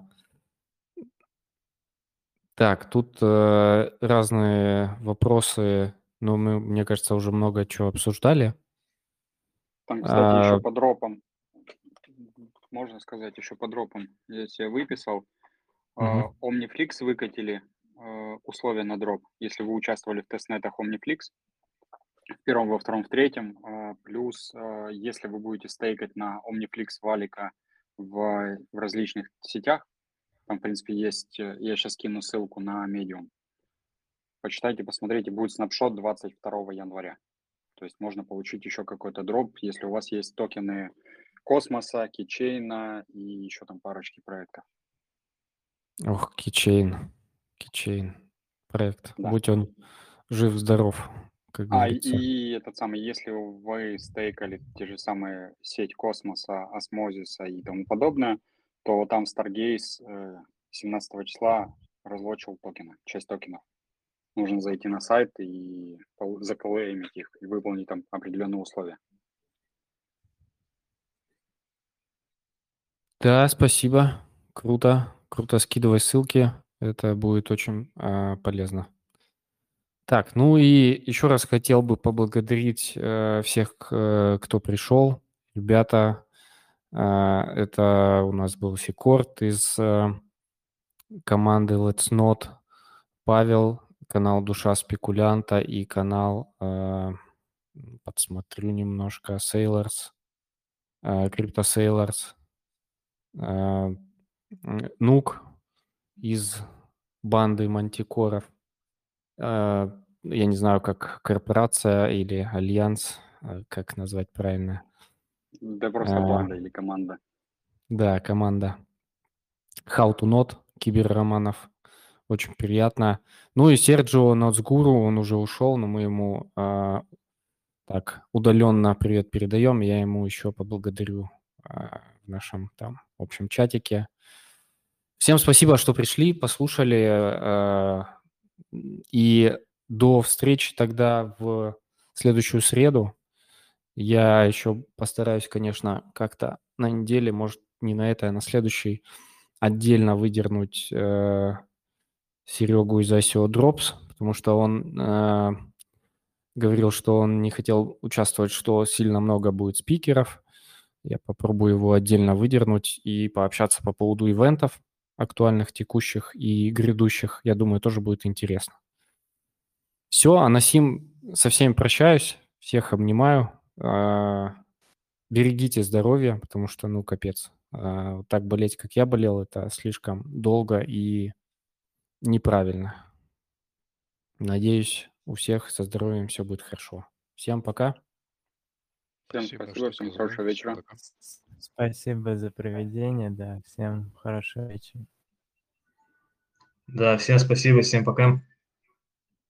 Speaker 1: Так, тут э, разные вопросы, но мы, мне кажется, уже много чего обсуждали.
Speaker 2: Там, кстати, еще
Speaker 1: А,
Speaker 2: по дропам, можно сказать, еще по дропам, я себе выписал.
Speaker 1: мгм.
Speaker 2: А, Omniflix выкатили а, условия на дроп. Если вы участвовали в тестнетах Omniflix, в первом, во втором, в третьем, а, плюс а, если вы будете стейкать на Omniflix Валика в, в различных сетях, там, в принципе, есть, э, я сейчас кину ссылку на Medium, почитайте, посмотрите, будет снапшот двадцать второго января. То есть можно получить еще какой-то дроп, если у вас есть токены Космоса, Кичейна и еще там парочки проектов.
Speaker 1: Ох, Keychain, Keychain проект.
Speaker 2: Да.
Speaker 1: Будь он жив-здоров, как
Speaker 2: А, и,
Speaker 1: говорится.
Speaker 2: и этот самый, если вы стейкали те же самые сеть Космоса, Осмозиса и тому подобное, то там Stargaze э, семнадцатого числа разлочил токены, часть токенов. Нужно зайти на сайт и пол- заклеймить их и выполнить там определенные условия.
Speaker 1: Да, спасибо. Круто. Круто. Скидывай ссылки. Это будет очень а, полезно. Так, ну и еще раз хотел бы поблагодарить э, всех, к- кто пришел. Ребята, а, это у нас был Секорт из э, команды Let's Not, Павел, канал Душа спекулянта и канал, э, подсмотрю немножко, Sailors, э, Crypto Sailors, э, м, Нук из банды Мантикоров. Э, Я не знаю, как корпорация или альянс, э, как назвать правильно.
Speaker 2: Да
Speaker 1: Э,
Speaker 2: просто банда или команда.
Speaker 1: Да, команда How to Not, киберроманов. Очень приятно. Ну и Серджио Нацгуру, он уже ушел, но мы ему а, так удаленно привет передаем. Я ему еще поблагодарю а, в нашем там общем чатике. Всем спасибо, что пришли, послушали. а, И до встречи тогда в следующую среду. Я еще постараюсь, конечно, как-то на неделе, может, не на этой, а на следующей, отдельно выдернуть э, Серегу из ай си о Drops, потому что он э, говорил, что он не хотел участвовать, что сильно много будет спикеров. Я попробую его отдельно выдернуть и пообщаться по поводу ивентов актуальных, текущих и грядущих. Я думаю, тоже будет интересно. Все, а на сим со всеми прощаюсь, всех обнимаю. А, Берегите здоровье, потому что, ну, капец. А, вот так болеть, как я болел, это слишком долго и неправильно. Надеюсь, у всех со здоровьем все будет хорошо. Всем пока.
Speaker 2: Всем
Speaker 3: Спасибо,
Speaker 2: спасибо,
Speaker 3: что
Speaker 2: всем
Speaker 3: позвали.
Speaker 2: хорошего
Speaker 3: Всем
Speaker 2: вечера.
Speaker 3: пока.
Speaker 7: Спасибо за проведение, да. Всем хорошего вечера.
Speaker 8: Да, всем спасибо, всем пока.